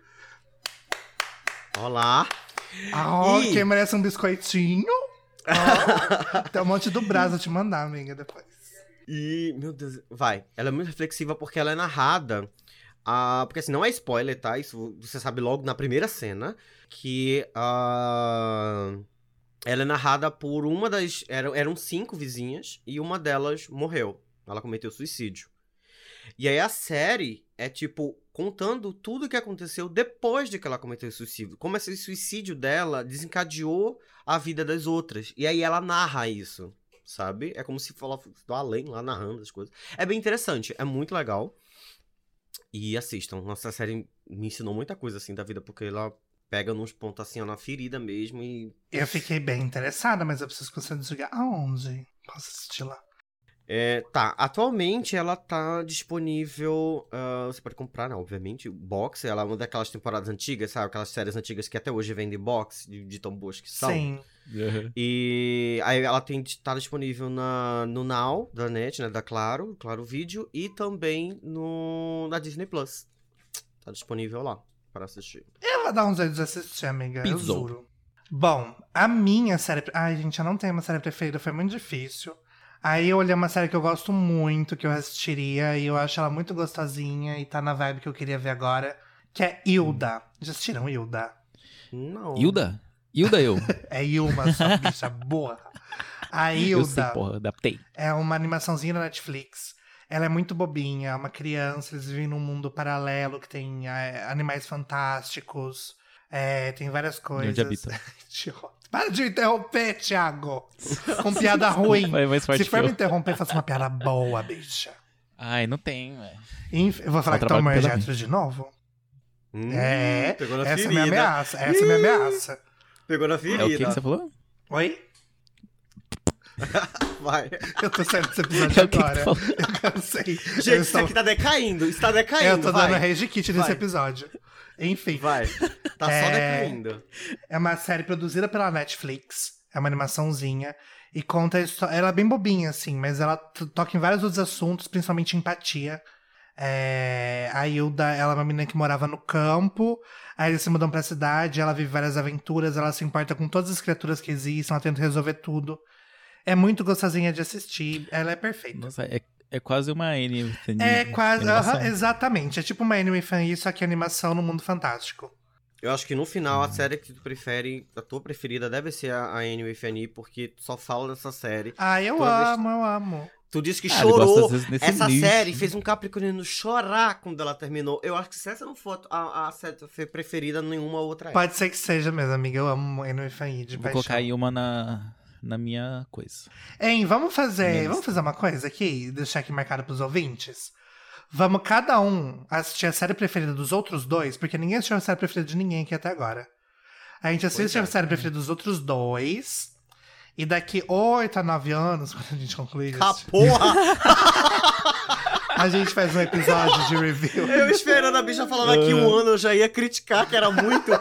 Olá. E- Quem merece um biscoitinho? Tem um monte do Brás a te mandar, amiga, depois. E, meu Deus, vai. Ela é muito reflexiva porque ela é narrada. Porque assim, não é spoiler, tá? Isso você sabe logo na primeira cena. Que ela é narrada por uma das. Eram 5 vizinhas e uma delas morreu. Ela cometeu suicídio. E aí a série é tipo contando tudo o que aconteceu depois de que ela cometeu suicídio. Como esse suicídio dela desencadeou a vida das outras. E aí ela narra isso. Sabe? É como se fosse do além, lá narrando as coisas. É bem interessante, é muito legal. E assistam. Nossa série me ensinou muita coisa, assim, da vida, porque ela pega nos pontos, assim, ó, na ferida mesmo e... Eu fiquei bem interessada, mas eu preciso que você diga aonde posso assistir lá. Tá, atualmente ela tá disponível, você pode comprar, né, obviamente, box, ela é uma daquelas temporadas antigas, sabe, aquelas séries antigas que até hoje vendem box, de tão boas que são. Sim. E aí ela tá disponível no Now, da NET, né, da Claro Vídeo, e também na Disney Plus. Tá disponível lá para assistir. Eu vou dar uns dedos de assistir, amiga, eu Pisou. juro. Bom, a minha série... Ai, gente, eu não tenho uma série preferida, foi muito difícil. Aí eu olhei uma série que eu gosto muito, que eu assistiria, e eu acho ela muito gostosinha, e tá na vibe que eu queria ver agora, que é Hilda. Já assistiram Hilda? Não. Hilda? Hilda eu. É Hilma, sua bicha burra. A Eu sei, Hilda porra, adaptei. é uma animaçãozinha da Netflix. Ela é muito bobinha, é uma criança, eles vivem num mundo paralelo que tem animais fantásticos, tem várias coisas. onde habita. Idiota. Para de me interromper, Thiago! Com piada ruim. Vai mais forte Se que for eu. me interromper, faça uma piada boa, bicha. Ai, não tem, velho. Eu vou falar Só que Tom trabalho Margetro de novo? Pegou na Essa é ferida. minha ameaça. Essa é minha ameaça. Pegou na É ferida. o que você falou? Oi? Vai. Eu tô saindo desse episódio É o que agora. tu falou? Eu cansei. Gente, Eu isso aqui tá decaindo. Está decaindo. Eu tô vai. dando rage kit nesse Vai. episódio. Enfim. Vai. Tá só decaindo. É uma série produzida pela Netflix. É uma animaçãozinha. E conta a história. Ela é bem bobinha, assim, mas ela toca em vários outros assuntos, principalmente empatia. A Hilda, ela é uma menina que morava no campo. Aí eles se mudam pra cidade, ela vive várias aventuras, ela se importa com todas as criaturas que existem, ela tenta resolver tudo. É muito gostosinha de assistir, ela é perfeita. Nossa, é quase uma anime. É quase, animação. exatamente. É tipo uma anime fan, só que animação no mundo fantástico. Eu acho que no final a série que tu prefere, a tua preferida, deve ser a Anne with Annie, porque tu só fala dessa série. Ah, eu Toda vez- amo. Tu disse que ele gosta, chorou. às vezes, nesse Essa nicho. série fez um capricorniano chorar quando ela terminou. Eu acho que se essa não for a série preferida, nenhuma outra é. Pode ser que seja mesmo, amiga. Eu amo anime fan de Vou paixão. colocar aí uma na minha coisa. Hein, vamos fazer Minha uma coisa aqui, deixar aqui marcado pros ouvintes. Vamos cada um assistir a série preferida dos outros dois, porque ninguém assistiu a série preferida de ninguém aqui até agora. A gente assiste a série preferida dos outros dois, e daqui 8 a 9 anos, quando a gente concluir Ah, isso, porra! a gente faz um episódio de review. Eu esperando a bicha falando aqui um ano, eu já ia criticar que era muito.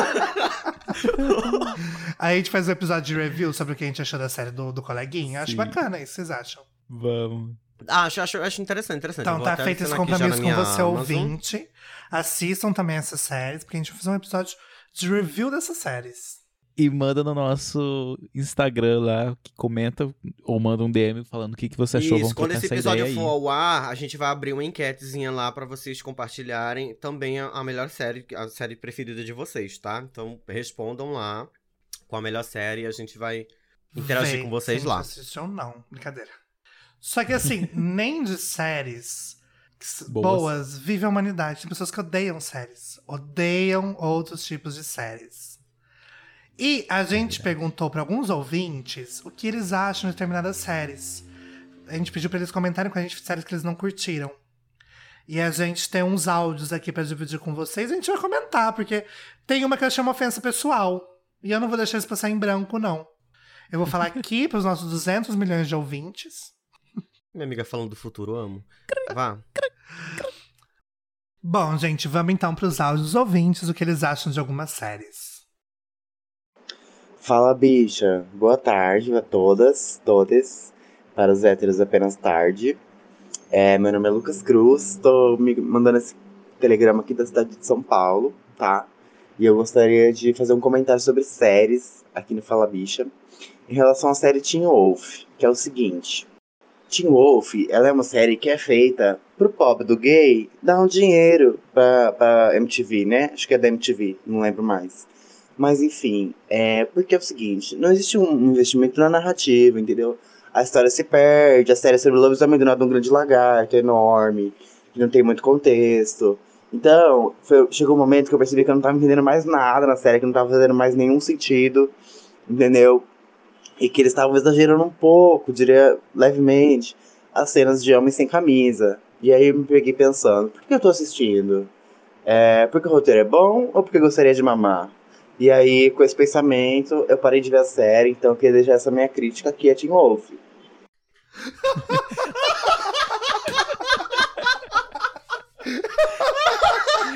Aí a gente faz um episódio de review sobre o que a gente achou da série do coleguinha. Acho Sim. bacana isso, vocês acham? Vamos. Acho interessante. Então Eu vou tá até feito esse adicionar aqui já compromisso na com minha você, Amazon. ouvinte. Assistam também essas séries, porque a gente vai fazer um episódio de review dessas séries. E manda no nosso Instagram lá, que comenta, ou manda um DM falando o que você achou. Isso, Vamos quando trocar esse essa episódio ideia for aí. ao ar, a gente vai abrir uma enquetezinha lá pra vocês compartilharem também a melhor série, a série preferida de vocês, tá? Então respondam lá com a melhor série e a gente vai interagir Vê com vocês se lá. você assistiu ou não, brincadeira. Só que assim, nem de séries boas vive a humanidade. Tem pessoas que odeiam séries. Odeiam outros tipos de séries. E a gente perguntou para alguns ouvintes o que eles acham de determinadas séries. A gente pediu para eles comentarem com a gente séries que eles não curtiram. E a gente tem uns áudios aqui para dividir com vocês. A gente vai comentar, porque tem uma que eu chamo ofensa pessoal. E eu não vou deixar isso passar em branco, não. Eu vou falar aqui para os nossos 200 milhões de ouvintes. Minha amiga falando do futuro, amo. Vá. Bom, gente, vamos então para os áudios dos ouvintes, o que eles acham de algumas séries. Fala, bicha. Boa tarde a todas, todes. Para os héteros, apenas tarde. Meu nome é Lucas Cruz. Tô me mandando esse telegrama aqui da cidade de São Paulo, tá? E eu gostaria de fazer um comentário sobre séries aqui no Fala Bicha. Em relação à série Teen Wolf, que é o seguinte. Teen Wolf, ela é uma série que é feita pro pobre do gay dar um dinheiro pra MTV, né? Acho que é da MTV, não lembro mais. Mas enfim, porque é o seguinte, não existe um investimento na narrativa, entendeu? A história se perde, a série é sobre o lobisomem do nada um grande lagarto enorme, que não tem muito contexto. Então, chegou um momento que eu percebi que eu não tava entendendo mais nada na série, que não tava fazendo mais nenhum sentido, entendeu? E que eles estavam exagerando um pouco, diria levemente, as cenas de homens sem camisa. E aí eu me peguei pensando, por que eu tô assistindo? Porque o roteiro é bom ou porque eu gostaria de mamar? E aí, com esse pensamento, eu parei de ver a série, então eu queria deixar essa minha crítica aqui a Teen Wolf.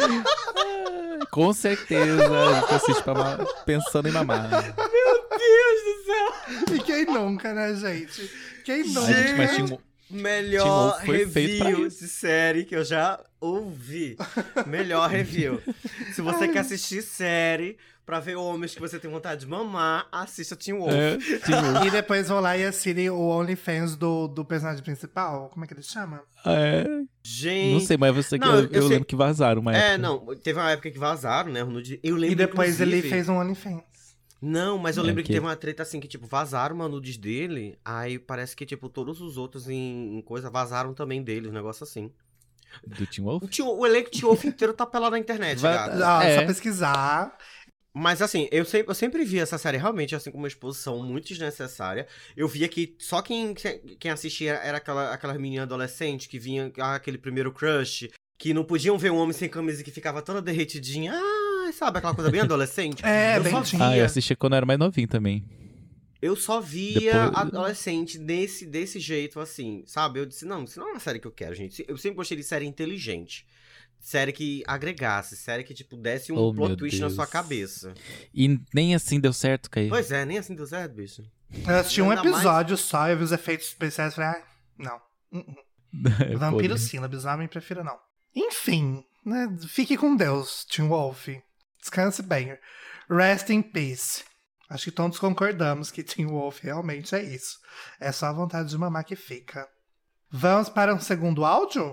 Com certeza, a gente assiste pensando em mamar. Deus do céu! E quem nunca, né, gente? Quem nunca? Gente, mas tinha um... Melhor Wolf foi feito pra review isso. de série que eu já ouvi. Melhor review. Se você quer assistir série pra ver homens que você tem vontade de mamar, assista Teen Wolf. Teen Wolf. E depois vão lá e assinem o OnlyFans do personagem principal. Como é que ele chama? Gente. Não sei, mas você Não, eu sei. lembro que vazaram uma época. Não, teve uma época que vazaram, né? Eu lembro, E depois inclusive... ele fez um OnlyFans. Não, mas eu lembro que que- teve uma treta assim, que tipo, vazaram uma nudes dele, aí parece que tipo, todos os outros em coisa vazaram também dele, um negócio assim. Do Teen Wolf? O elenco de Wolf inteiro tá pelado na internet, gato. Só pesquisar. Mas assim, eu sempre vi essa série realmente assim com uma exposição muito desnecessária. Eu via que só quem assistia era aquela menina adolescente que vinha aquele primeiro crush, que não podiam ver um homem sem camisa e que ficava toda derretidinha. Sabe aquela coisa bem adolescente? É, eu bem só teen. via, eu assisti quando eu era mais novinho também. eu só via Depois- adolescente desse jeito assim, sabe? Eu disse, não, isso não é uma série que eu quero, gente. Eu sempre gostei de série inteligente. Série que agregasse, série que, tipo, desse um Oh, meu plot twist na Deus. sua cabeça. E nem assim deu certo, Caí. Pois é, nem assim deu certo, bicho. Eu assisti um Ainda mais- episódio só, eu vi os efeitos especiais e falei, não. Vampiro Podre. sim, lobisomem prefiro não. Enfim, né? Fique com Deus, Teen Wolf. Descanse bem. Rest in peace. Acho que todos concordamos que Teen Wolf realmente é isso. É só a vontade de mamar que fica. Vamos para um segundo áudio?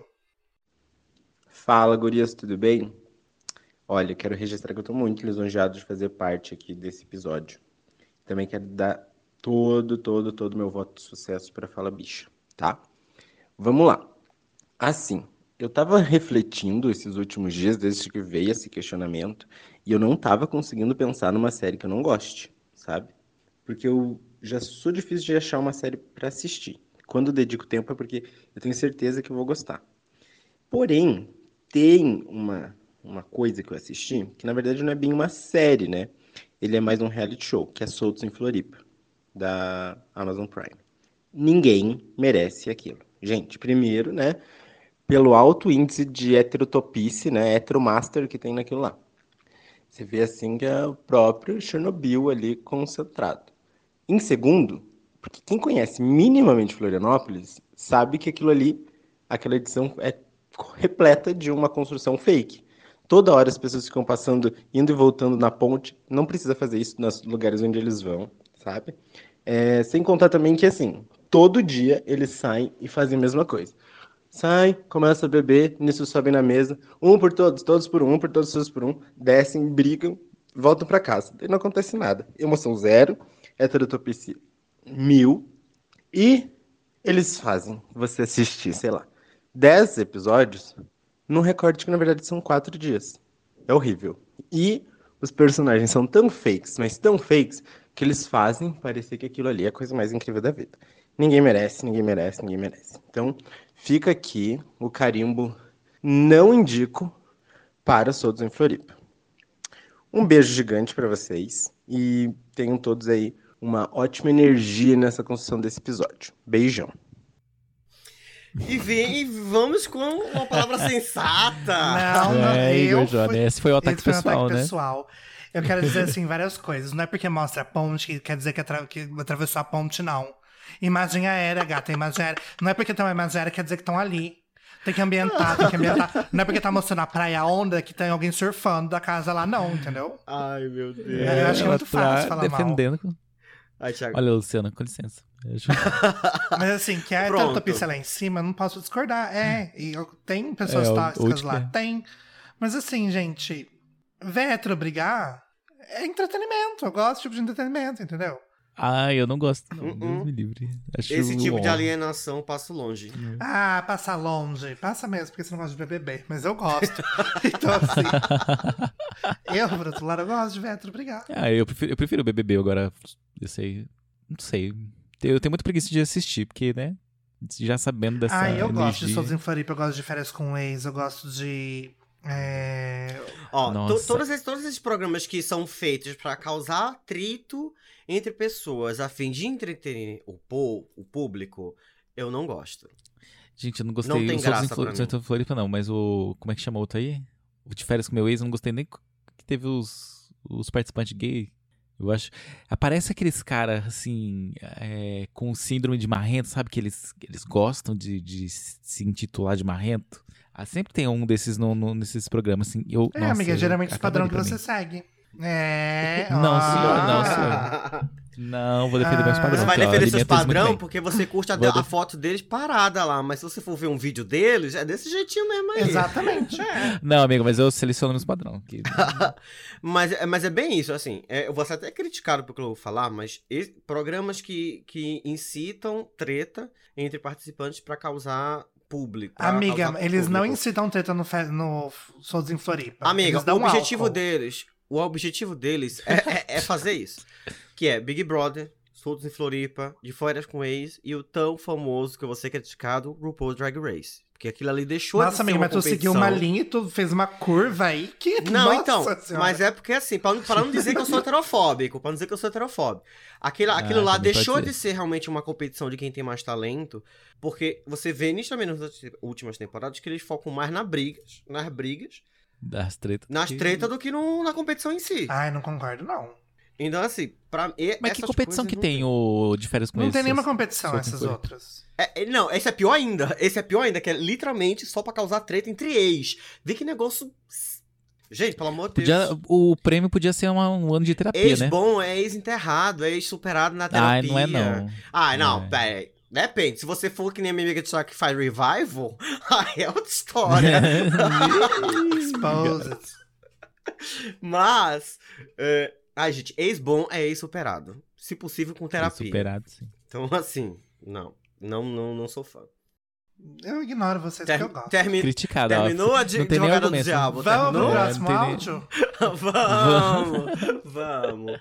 Fala, gurias, tudo bem? Olha, quero registrar que eu tô muito lisonjeado de fazer parte aqui desse episódio. Também quero dar todo meu voto de sucesso pra Fala Bicha, tá? Vamos lá. Assim, eu tava refletindo esses últimos dias, desde que veio esse questionamento, e eu não tava conseguindo pensar numa série que eu não goste, sabe? Porque eu já sou difícil de achar uma série pra assistir. Quando eu dedico tempo é porque eu tenho certeza que eu vou gostar. Porém, tem uma coisa que eu assisti, que na verdade não é bem uma série, né? Ele é mais um reality show, que é Soltos em Floripa, da Amazon Prime. Ninguém merece aquilo. Gente, primeiro, né? Pelo alto índice de heterotopice, né? Heteromaster que tem naquilo lá. Você vê assim que é o próprio Chernobyl ali concentrado. Em segundo, porque quem conhece minimamente Florianópolis sabe que aquilo ali, aquela edição é repleta de uma construção fake. Toda hora as pessoas ficam passando, indo e voltando na ponte. Não precisa fazer isso nos lugares onde eles vão, sabe? Sem contar também que, assim, todo dia eles saem e fazem a mesma coisa. Sai, começa a beber, nisso sobem na mesa, um por todos, todos por um por todos, todos por um, descem, brigam, voltam pra casa. Daí não acontece nada. Emoção zero, heterotopicia 1000, e eles fazem você assistir, sei lá, 10 episódios num recorde que na verdade são 4 dias. É horrível. E os personagens são tão fakes, mas tão fakes, que eles fazem parecer que aquilo ali é a coisa mais incrível da vida. Ninguém merece, ninguém merece, ninguém merece. Então, fica aqui o carimbo não indico para Soltos em Floripa. Um beijo gigante para vocês e tenham todos aí uma ótima energia nessa construção desse episódio. Beijão. E vamos com uma palavra sensata. Igor Jordan, esse foi o ataque Esse foi um pessoal, ataque né? pessoal. Eu quero dizer, assim, várias coisas. Não é porque mostra a ponte que quer dizer que atravessou a ponte, não. Imagem aérea, gata, imagem aérea. Não é porque tem uma imagem aérea que quer dizer que estão ali. Tem que ambientar, tem que ambientar. Não é porque tá mostrando a praia a onda que tem alguém surfando da casa lá, não, entendeu? Ai, meu Deus. Eu acho que é muito fácil falar mal. defendendo. Ai, Thiago. Olha, Luciana, com licença. Mas assim, que a Pronto. heterotopia lá em cima, eu não posso discordar. Tem pessoas tóxicas lá, tem. Mas assim, gente, ver hétero brigar é entretenimento. Eu gosto desse tipo de entretenimento, entendeu? Eu não gosto, não. Deus me livre. Acho Esse tipo de bom. alienação passo longe. Passa longe. Passa mesmo, porque você não gosta de BBB. Mas eu gosto. Então assim, eu, por outro lado, eu gosto de ver hétero brigar. Eu prefiro o BBB agora. Eu sei. Não sei. Eu tenho muita preguiça de assistir, porque, né? Já sabendo dessa Eu gosto de energia. Soltos em Floripa, eu gosto de Férias com o Ex, eu gosto de... Ó, Nossa. todos esses programas que são feitos pra causar atrito entre pessoas a fim de entreter o público, eu não gosto. Gente, eu não gostei. Não tem eu sou graça pra Floripa, não, mas o... Como é que chama o outro aí? O de Férias com Meu Ex, eu não gostei nem que teve os participantes gay. Eu acho. Aparece aqueles caras, assim, com síndrome de marrento, sabe? Que eles gostam de se intitular de marrento. Ah, sempre tem um desses nesses programas, assim. Nossa, amiga, geralmente o acabaria padrão que pra você mim. segue. Não, senhor, não, senhor. Não, vou defender meus padrões. Você vai porque, ó, defender seus alimento eles muito padrão bem. porque você curte Vou a foto deles parada lá. Mas se você for ver um vídeo deles, é desse jeitinho mesmo aí. Exatamente. Não, amigo, mas eu seleciono meus padrões. Mas é bem isso, assim. Eu vou ser até criticado pelo que eu vou falar, mas programas que incitam treta entre participantes pra causar público. Amiga, eles não público. incitam treta no Soltos em Floripa. Amiga, eles o dão objetivo álcool. deles. O objetivo deles é fazer isso. Que é Big Brother, Soltos em Floripa, De Férias com Ex e o tão famoso que eu vou ser criticado, RuPaul's Drag Race. Porque aquilo ali deixou de Nossa, ser amiga, uma mas tu seguiu competição. uma linha e tu fez uma curva aí que. Não, Nossa então, Senhora. mas é porque assim, pra não dizer que eu sou heterofóbico, aquilo lá também pode deixou ser. de ser realmente uma competição de quem tem mais talento, porque você vê nitidamente nas últimas temporadas que eles focam mais nas brigas, Das tretas. nas tretas do que na competição em si. Ai, não concordo, não. Então, assim, Mas que competição que tem o De Férias com Não Ex? tem nenhuma competição Soltos em essas Floripa. outras. Não, esse é pior ainda. Que é literalmente só pra causar treta entre ex. Vê que negócio... Gente, pelo amor de Deus. O prêmio podia ser um ano de terapia, Ex né? bom é ex-enterrado, é ex-superado na terapia. Ah, não é não. Ah, não, É. pera aí. Depende, se você for que nem a minha amiga de que faz revival, aí é outra história. Exposed. Mas, ai, gente, ex-bom é ex-superado. Se possível, com terapia. Superado, sim. Então, assim, não sou fã. Eu ignoro vocês porque eu gosto. Criticado, ó. Terminou a Não tem nem Jogada do argumento. Diabo? Vamos pro Terminou? próximo não tem nem- áudio? Vamos.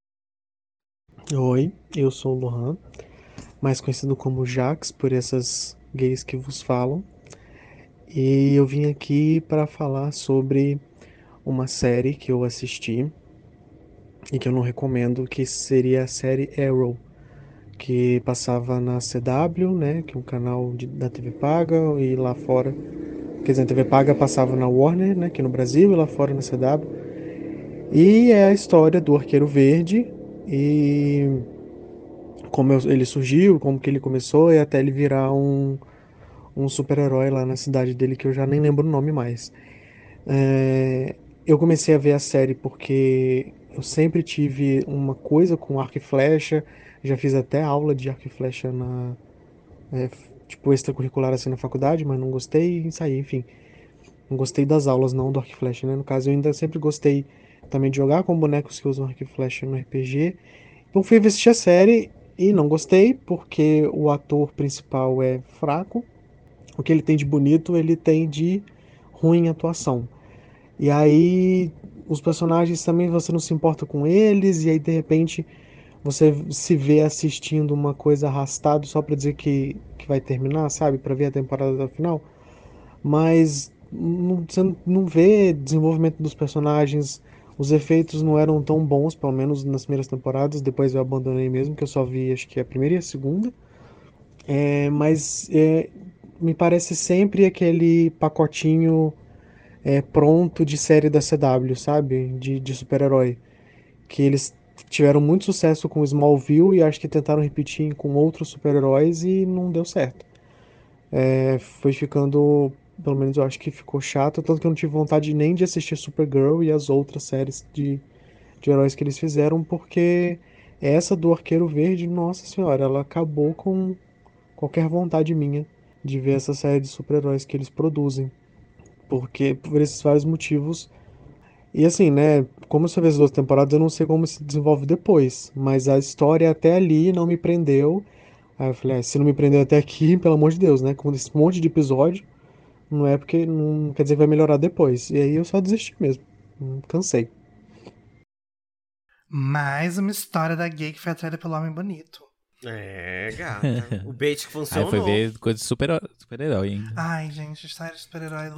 Oi, eu sou o Lohan, mais conhecido como Jax por essas gays que vos falam. E eu vim aqui para falar sobre uma série que eu assisti e que eu não recomendo, que seria a série Arrow, que passava na CW, né, que é um canal da TV paga, e lá fora, quer dizer, a TV paga passava na Warner, né, aqui no Brasil, e lá fora na CW. E é a história do Arqueiro Verde e como ele surgiu, como que ele começou e até ele virar um super-herói lá na cidade dele, que eu já nem lembro o nome mais. Eu comecei a ver a série porque eu sempre tive uma coisa com arco e flecha, já fiz até aula de arco e flecha tipo extracurricular assim na faculdade, mas não gostei e saí, enfim. Não gostei das aulas, não do arco e flecha, né? No caso, eu ainda sempre gostei também de jogar com bonecos que usam arco e flecha no RPG. Então fui assistir a série e não gostei, porque o ator principal é fraco. O que ele tem de bonito, ele tem de ruim atuação. E aí, os personagens também você não se importa com eles, e aí de repente você se vê assistindo uma coisa arrastado só pra dizer que vai terminar, sabe? Pra ver a temporada final. Mas você não vê desenvolvimento dos personagens, os efeitos não eram tão bons, pelo menos nas primeiras temporadas, depois eu abandonei mesmo, que eu só vi acho que a primeira e a segunda. Mas me parece sempre aquele pacotinho pronto de série da CW, sabe? De super-herói. Que eles tiveram muito sucesso com Smallville e acho que tentaram repetir com outros super-heróis e não deu certo. Foi ficando, pelo menos eu acho que ficou chato, tanto que eu não tive vontade nem de assistir Supergirl e as outras séries de heróis que eles fizeram, porque essa do Arqueiro Verde, nossa senhora, ela acabou com qualquer vontade minha de ver essa série de super-heróis que eles produzem. Porque, por esses vários motivos. E assim, né, como você vê as duas temporadas, eu não sei como se desenvolve depois, mas a história até ali não me prendeu. Aí eu falei, se não me prendeu até aqui, pelo amor de Deus, né, com esse monte de episódio, não é porque não quer dizer que vai melhorar depois. E aí eu só desisti mesmo, cansei. Mais uma história da gay que foi atraída pelo homem bonito. Gata. O bait que funcionou. Aí foi ver coisa de super-herói ainda. Ai, gente, história de super-herói.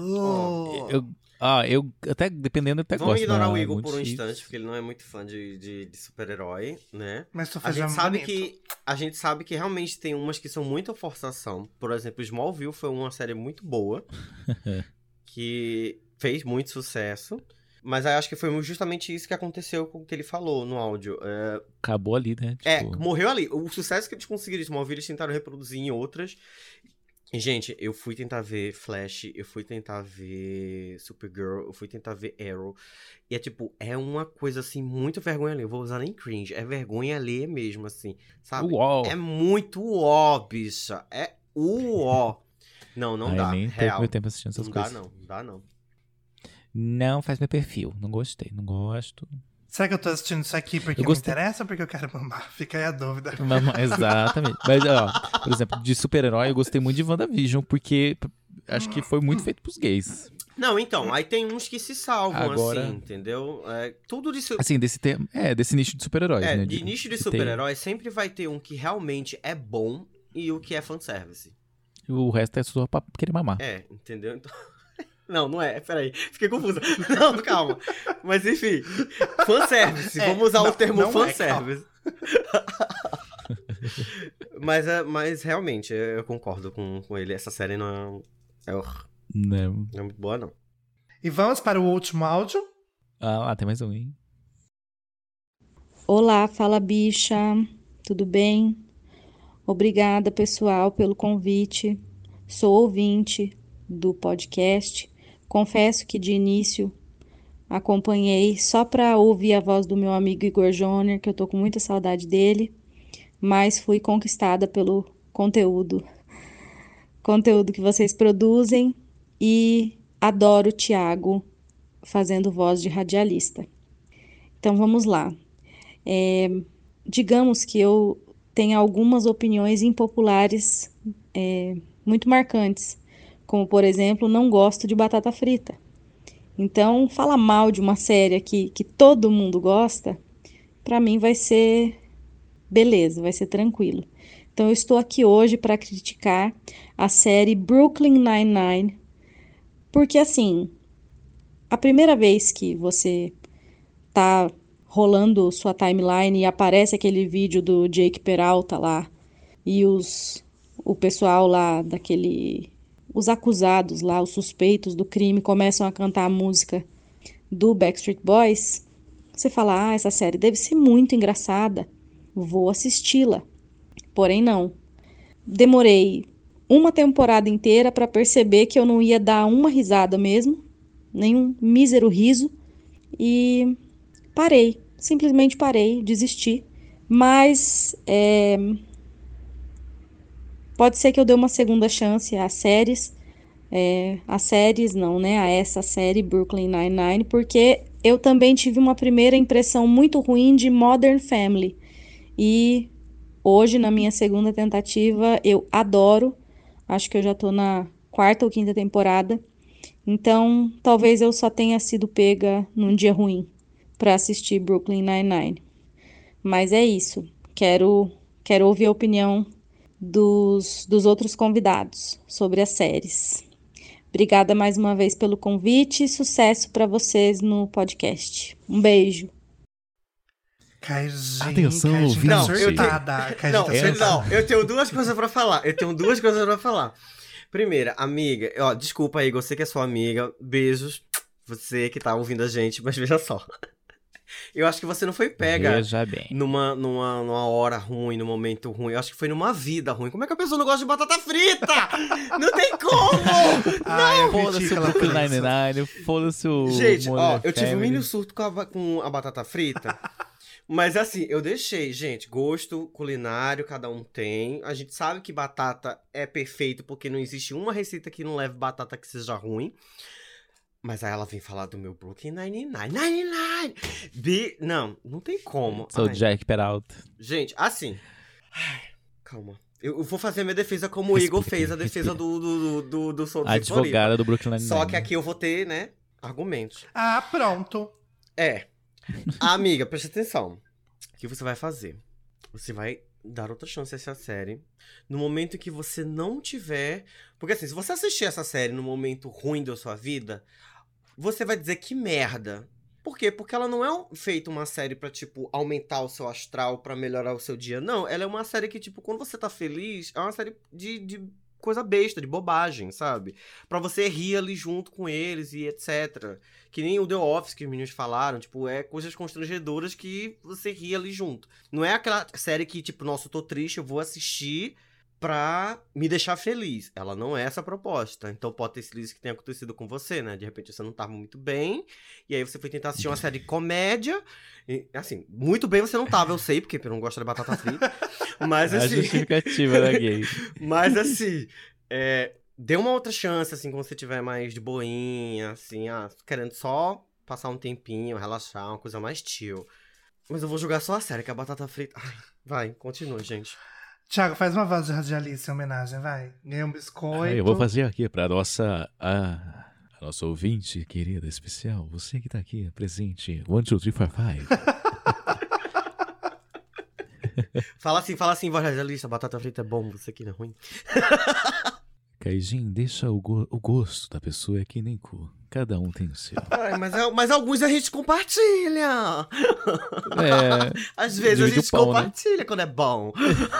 Eu até, dependendo, eu até Vamos gosto. ignorar mas o é Igor muito por um difícil. instante, porque ele não é muito fã de super-herói, né? Mas tu A fez gente homem sabe bonito. a gente sabe que realmente tem umas que são muita forçação. Por exemplo, Smallville foi uma série muito boa. Que fez muito sucesso. Mas aí acho que foi justamente isso que aconteceu com o que ele falou no áudio. Acabou ali, né? Tipo, Morreu ali. O sucesso que eles conseguiram de Smallville, eles tentaram reproduzir em outras. E, gente, eu fui tentar ver Flash, eu fui tentar ver Supergirl, eu fui tentar ver Arrow. E é uma coisa, assim, muito vergonha alheia. Eu vou usar nem cringe, é vergonha alheia mesmo, assim, sabe? Uó. É muito ó, bicha. É uó. Não dá, nem perco real. meu tempo assistindo essas Não coisas. dá, não dá, não. Não faz meu perfil. Não gostei, não gosto. Será que eu tô assistindo isso aqui porque Eu me gostei. interessa ou porque eu quero mamar? Fica aí a dúvida. Exatamente. Mas, ó, por exemplo, de super-herói, eu gostei muito de WandaVision, porque acho que foi muito feito pros gays. Não, então, aí tem uns que se salvam, Agora- assim, entendeu? Tudo disso... Assim, desse nicho de super-heróis, né? de nicho de que super-herói, sempre vai ter um que realmente é bom e o que é fanservice. tem- O resto é só pra querer mamar. Entendeu? Então... Não é, peraí, fiquei confusa. Não, calma. Mas enfim, fanservice, vamos usar o termo não fanservice. Mas realmente, eu concordo com ele, essa série não Não. é muito boa, não. E vamos para o último áudio. Ah, tem mais um, hein? Olá, fala bicha, tudo bem? Obrigada, pessoal, pelo convite. Sou ouvinte do podcast. Confesso que de início acompanhei só para ouvir a voz do meu amigo Igor Joner, que eu tô com muita saudade dele, mas fui conquistada pelo conteúdo que vocês produzem e adoro o Thiago fazendo voz de radialista. Então vamos lá. Digamos que eu tenho algumas opiniões impopulares muito marcantes, como, por exemplo, não gosto de batata frita. Então, falar mal de uma série aqui que todo mundo gosta, para mim vai ser beleza, vai ser tranquilo. Então, eu estou aqui hoje para criticar a série Brooklyn Nine-Nine, porque, assim, a primeira vez que você tá rolando sua timeline e aparece aquele vídeo do Jake Peralta lá e o pessoal lá os acusados lá, os suspeitos do crime começam a cantar a música do Backstreet Boys, você fala, essa série deve ser muito engraçada, vou assisti-la. Porém não. Demorei uma temporada inteira para perceber que eu não ia dar uma risada mesmo, nenhum mísero riso, e parei, simplesmente parei, desisti. Mas pode ser que eu dê uma segunda chance às séries. A essa série Brooklyn Nine-Nine, porque eu também tive uma primeira impressão muito ruim de Modern Family. E hoje, na minha segunda tentativa, eu adoro. Acho que eu já tô na 4ª ou 5ª temporada. Então, talvez eu só tenha sido pega num dia ruim para assistir Brooklyn Nine-Nine. Mas é isso. Quero ouvir a opinião dos outros convidados sobre as séries. Obrigada mais uma vez pelo convite e sucesso para vocês no podcast. Um beijo. Caijinho, Atenção, Caijinho ouvinte. tá Não, surtada. Caijinho tá surtada. eu tenho duas coisas pra falar. Primeira, amiga, desculpa aí, você que é sua amiga, beijos, você que tá ouvindo a gente, mas veja só. Eu acho que você não foi pega Veja bem. numa hora ruim, num momento ruim. Eu acho que foi numa vida ruim. Como é que a pessoa não gosta de batata frita? Não tem como! Eu Foda-se critico o ela por Brooklyn isso. Nine-Nine, foda-se o Gente, Modern eu tive um Family. mini surto com a batata frita. Mas assim, eu deixei, gente, gosto culinário, cada um tem. A gente sabe que batata é perfeito porque não existe uma receita que não leve batata que seja ruim. Mas aí ela vem falar do meu Brooklyn Nine-Nine. Não tem como. Sou Ai. Jack Peralta. Gente, assim. Calma. Eu vou fazer minha defesa como o Igor fez a defesa do Sol do A advogada do Brooklyn Nine-Nine. Só que aqui eu vou ter, né, argumentos. Pronto. Amiga, preste atenção. O que você vai fazer? Você vai dar outra chance a essa série. No momento que você não tiver... Porque assim, se você assistir essa série no momento ruim da sua vida, você vai dizer que merda. Por quê? Porque ela não é feita uma série pra, tipo, aumentar o seu astral, pra melhorar o seu dia. Não, ela é uma série que, tipo, quando você tá feliz, é uma série de coisa besta, de bobagem, sabe? Pra você rir ali junto com eles e etc. Que nem o The Office que os meninos falaram, tipo, é coisas constrangedoras que você ri ali junto. Não é aquela série que, tipo, nossa, eu tô triste, eu vou assistir pra me deixar feliz. Ela não é essa a proposta. Então pode ter sido isso que tenha acontecido com você, né? De repente você não tava muito bem, e aí você foi tentar assistir uma série de comédia. E, assim, muito bem você não tava, eu sei, porque eu não gosto de batata frita. Mas É a assim. justificativa da gay. Mas assim, dê uma outra chance, assim, quando você tiver mais de boinha, assim, querendo só passar um tempinho, relaxar, uma coisa mais chill. Mas eu vou jogar só a série, que é a batata frita. Ai, vai, continua, gente. Thiago, faz uma voz de radialista em homenagem, vai. Ganha um biscoito. Eu vou fazer aqui pra a nossa ouvinte querida, especial. Você que tá aqui, presente. 1, 2, 3, 4, 5. Fala assim, voz radialista, batata frita é bom, você aqui não é ruim. Caijin, deixa o gosto da pessoa é que nem cu. Cada um tem o seu. Ai, mas alguns a gente compartilha. Às vezes a divide gente o pão, compartilha quando é bom.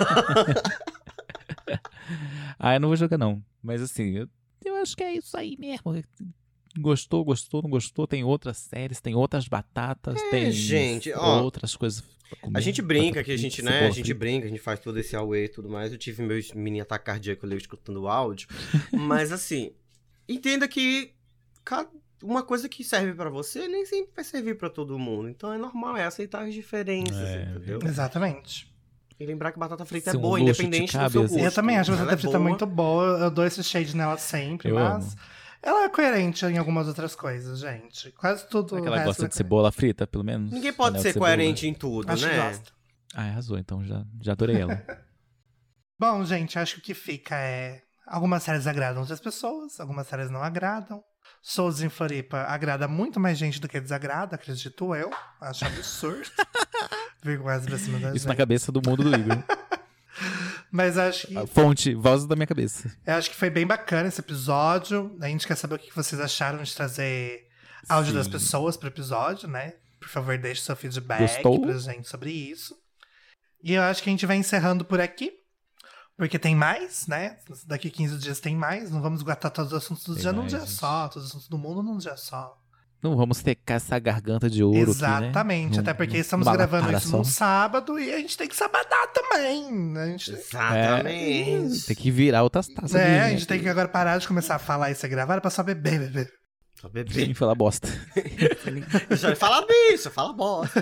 Eu não vou jogar não. Mas assim, eu acho que é isso aí mesmo. Gostou, não gostou, tem outras séries, tem outras batatas, tem gente, outras coisas pra comer. A gente brinca que a gente, né, cebola frita. brinca, a gente faz todo esse auê e tudo mais. Eu tive meus mini ataque cardíaco ali escutando o áudio. Mas assim, entenda que uma coisa que serve pra você nem sempre vai servir pra todo mundo. Então é normal, é aceitar as diferenças, entendeu? Exatamente. E lembrar que batata frita Se é um boa, luxo independente te do cabe, seu assim. gosto. Eu também acho a Ela batata frita boa. muito boa. Eu dou esse shade nela sempre, Eu mas amo. ela é coerente em algumas outras coisas, gente. Quase tudo. Será que o ela resto gosta é de cebola frita, pelo menos? Ninguém pode Anel ser de cebola. coerente em tudo, Acho que né? gosta. Arrasou, então já adorei ela. Bom, gente, acho que o que fica é... Algumas séries agradam outras pessoas, algumas séries não agradam. Souls em Floripa agrada muito mais gente do que desagrada, acredito eu. Acho absurdo. Vir quase pra cima da Isso na gente. cabeça do mundo do Igor. Mas acho que... A fonte, voz da minha cabeça. Eu acho que foi bem bacana esse episódio. A gente quer saber o que vocês acharam de trazer áudio das pessoas pro episódio, né? Por favor, deixe seu feedback Gostou? pra gente sobre isso. E eu acho que a gente vai encerrando por aqui. Porque tem mais, né? Daqui 15 dias tem mais. Não vamos esgotar todos os assuntos do Tem dia num mais, dia gente. só. Todos os assuntos do mundo num dia só. Não vamos tecar essa garganta de ouro Exatamente. aqui, né? Até porque estamos Numa gravando lapada isso só. num sábado e a gente tem que sabadar também. A gente... Exatamente. Tem que virar outras taças. a gente tem que agora parar de começar a falar e ser gravado pra só beber. Só beber. Sim, falar bosta. Já fala bicho, fala bosta.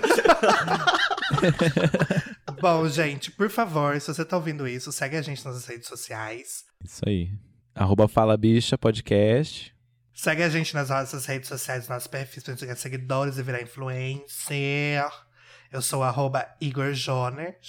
Bom, gente, por favor, se você tá ouvindo isso, segue a gente nas redes sociais. Isso aí. @falabicha podcast. Segue a gente nas nossas redes sociais, nos nossos perfis pra gente ganhar seguidores e virar influencer. Eu sou @Igor Joner,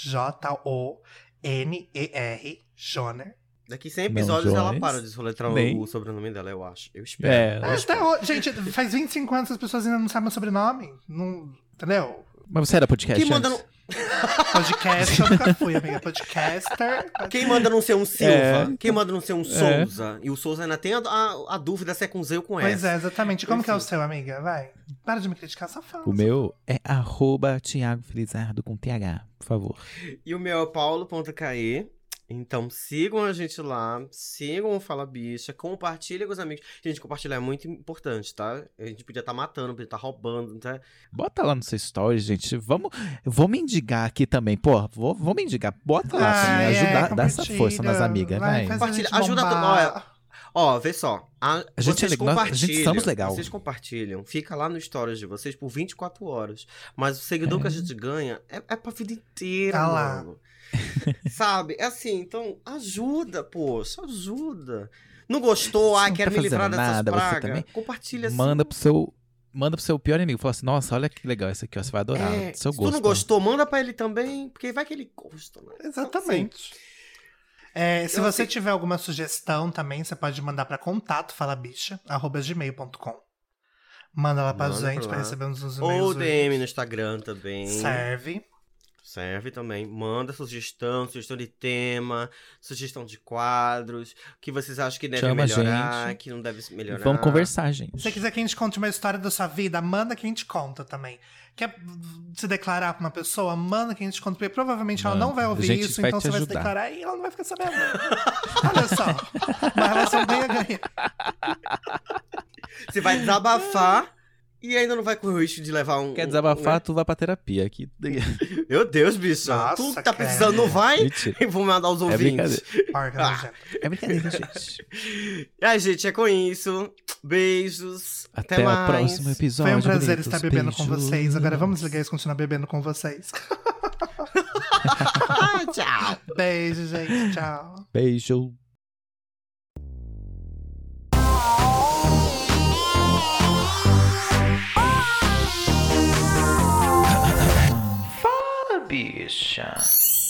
Joner, Joner. Daqui 100 episódios Não, ela Jones. para de soletrar Nem. o sobrenome dela, eu acho. Eu espero. Até hoje, gente, faz 25 anos que as pessoas ainda não sabem meu sobrenome. Não, entendeu? Mas você era podcast Quem manda antes? Podcast eu nunca fui, amiga. Podcaster. Quem manda não ser um Silva? É. Quem manda não ser um Souza? E o Souza ainda tem a dúvida se é com Z ou com S. Pois é, exatamente. Como que é o Enfim. seu, amiga? Vai. Para de me criticar, só fala. O meu é @Thiago Felizardo com TH, por favor. E o meu é paulo.caê. Então sigam a gente lá, sigam o Fala Bicha, compartilhem com os amigos. Gente, compartilhar é muito importante, tá? A gente podia estar matando, podia estar roubando, tá? Bota lá no seu story, gente. Vou mendigar aqui também. Pô, vou mendigar. Bota lá pra me ajudar. Dá essa força nas amigas, vai. faz a Compartilha, gente ajuda bombar. Ó, vê só. gente é Vocês legal, a gente somos legal. Vocês compartilham, fica lá no stories de vocês por 24 horas. Mas o seguidor que a gente ganha é pra vida inteira, Tá lá. mano. Sabe? É assim, então ajuda, poxa, ajuda. Não gostou? Você Ai, não quero tá me livrar fazendo dessas nada, você pragas. também Compartilha assim. Manda pro seu pior inimigo. Fala assim, nossa, olha que legal esse aqui, ó. Você vai adorar. Seu Se gosto. tu não gostou, manda pra ele também, porque vai que ele gosta, né? Exatamente. Se você tiver alguma sugestão também, você pode mandar para contato falabicha@gmail.com. Manda lá pra Manda gente pra pra lá. recebermos os Ou e-mails. DM no Instagram também. Serve. Serve também. Manda sugestão de tema, sugestão de quadros, o que vocês acham que deve Chama a melhorar, gente. que não deve melhorar. E vamos conversar, gente. Se você quiser que a gente conte uma história da sua vida, manda que a gente conta também. Quer se declarar pra uma pessoa? Manda que a gente conta, porque provavelmente ela não vai A ouvir gente isso, vai então te você vai se ajudar. declarar e ela não vai ficar sabendo. Olha só, uma relação ganha-ganha. Você vai desabafar e ainda não vai correr o risco de levar um... Quer desabafar, tu vai pra terapia. Aqui. Meu Deus, bicho. Nossa, Tu tá cara. precisando, não vai? Mentira. Eu vou mandar os É ouvintes. brincadeira. Porca nojenta. É brincadeira, gente. E aí, gente, é com isso. Beijos. Até o mais. próximo episódio. Foi um prazer bonitos. estar bebendo com Beijos. vocês. Agora vamos ligar e continuar bebendo com vocês. Tchau. Beijo, gente. Tchau. Beijo. Bicha.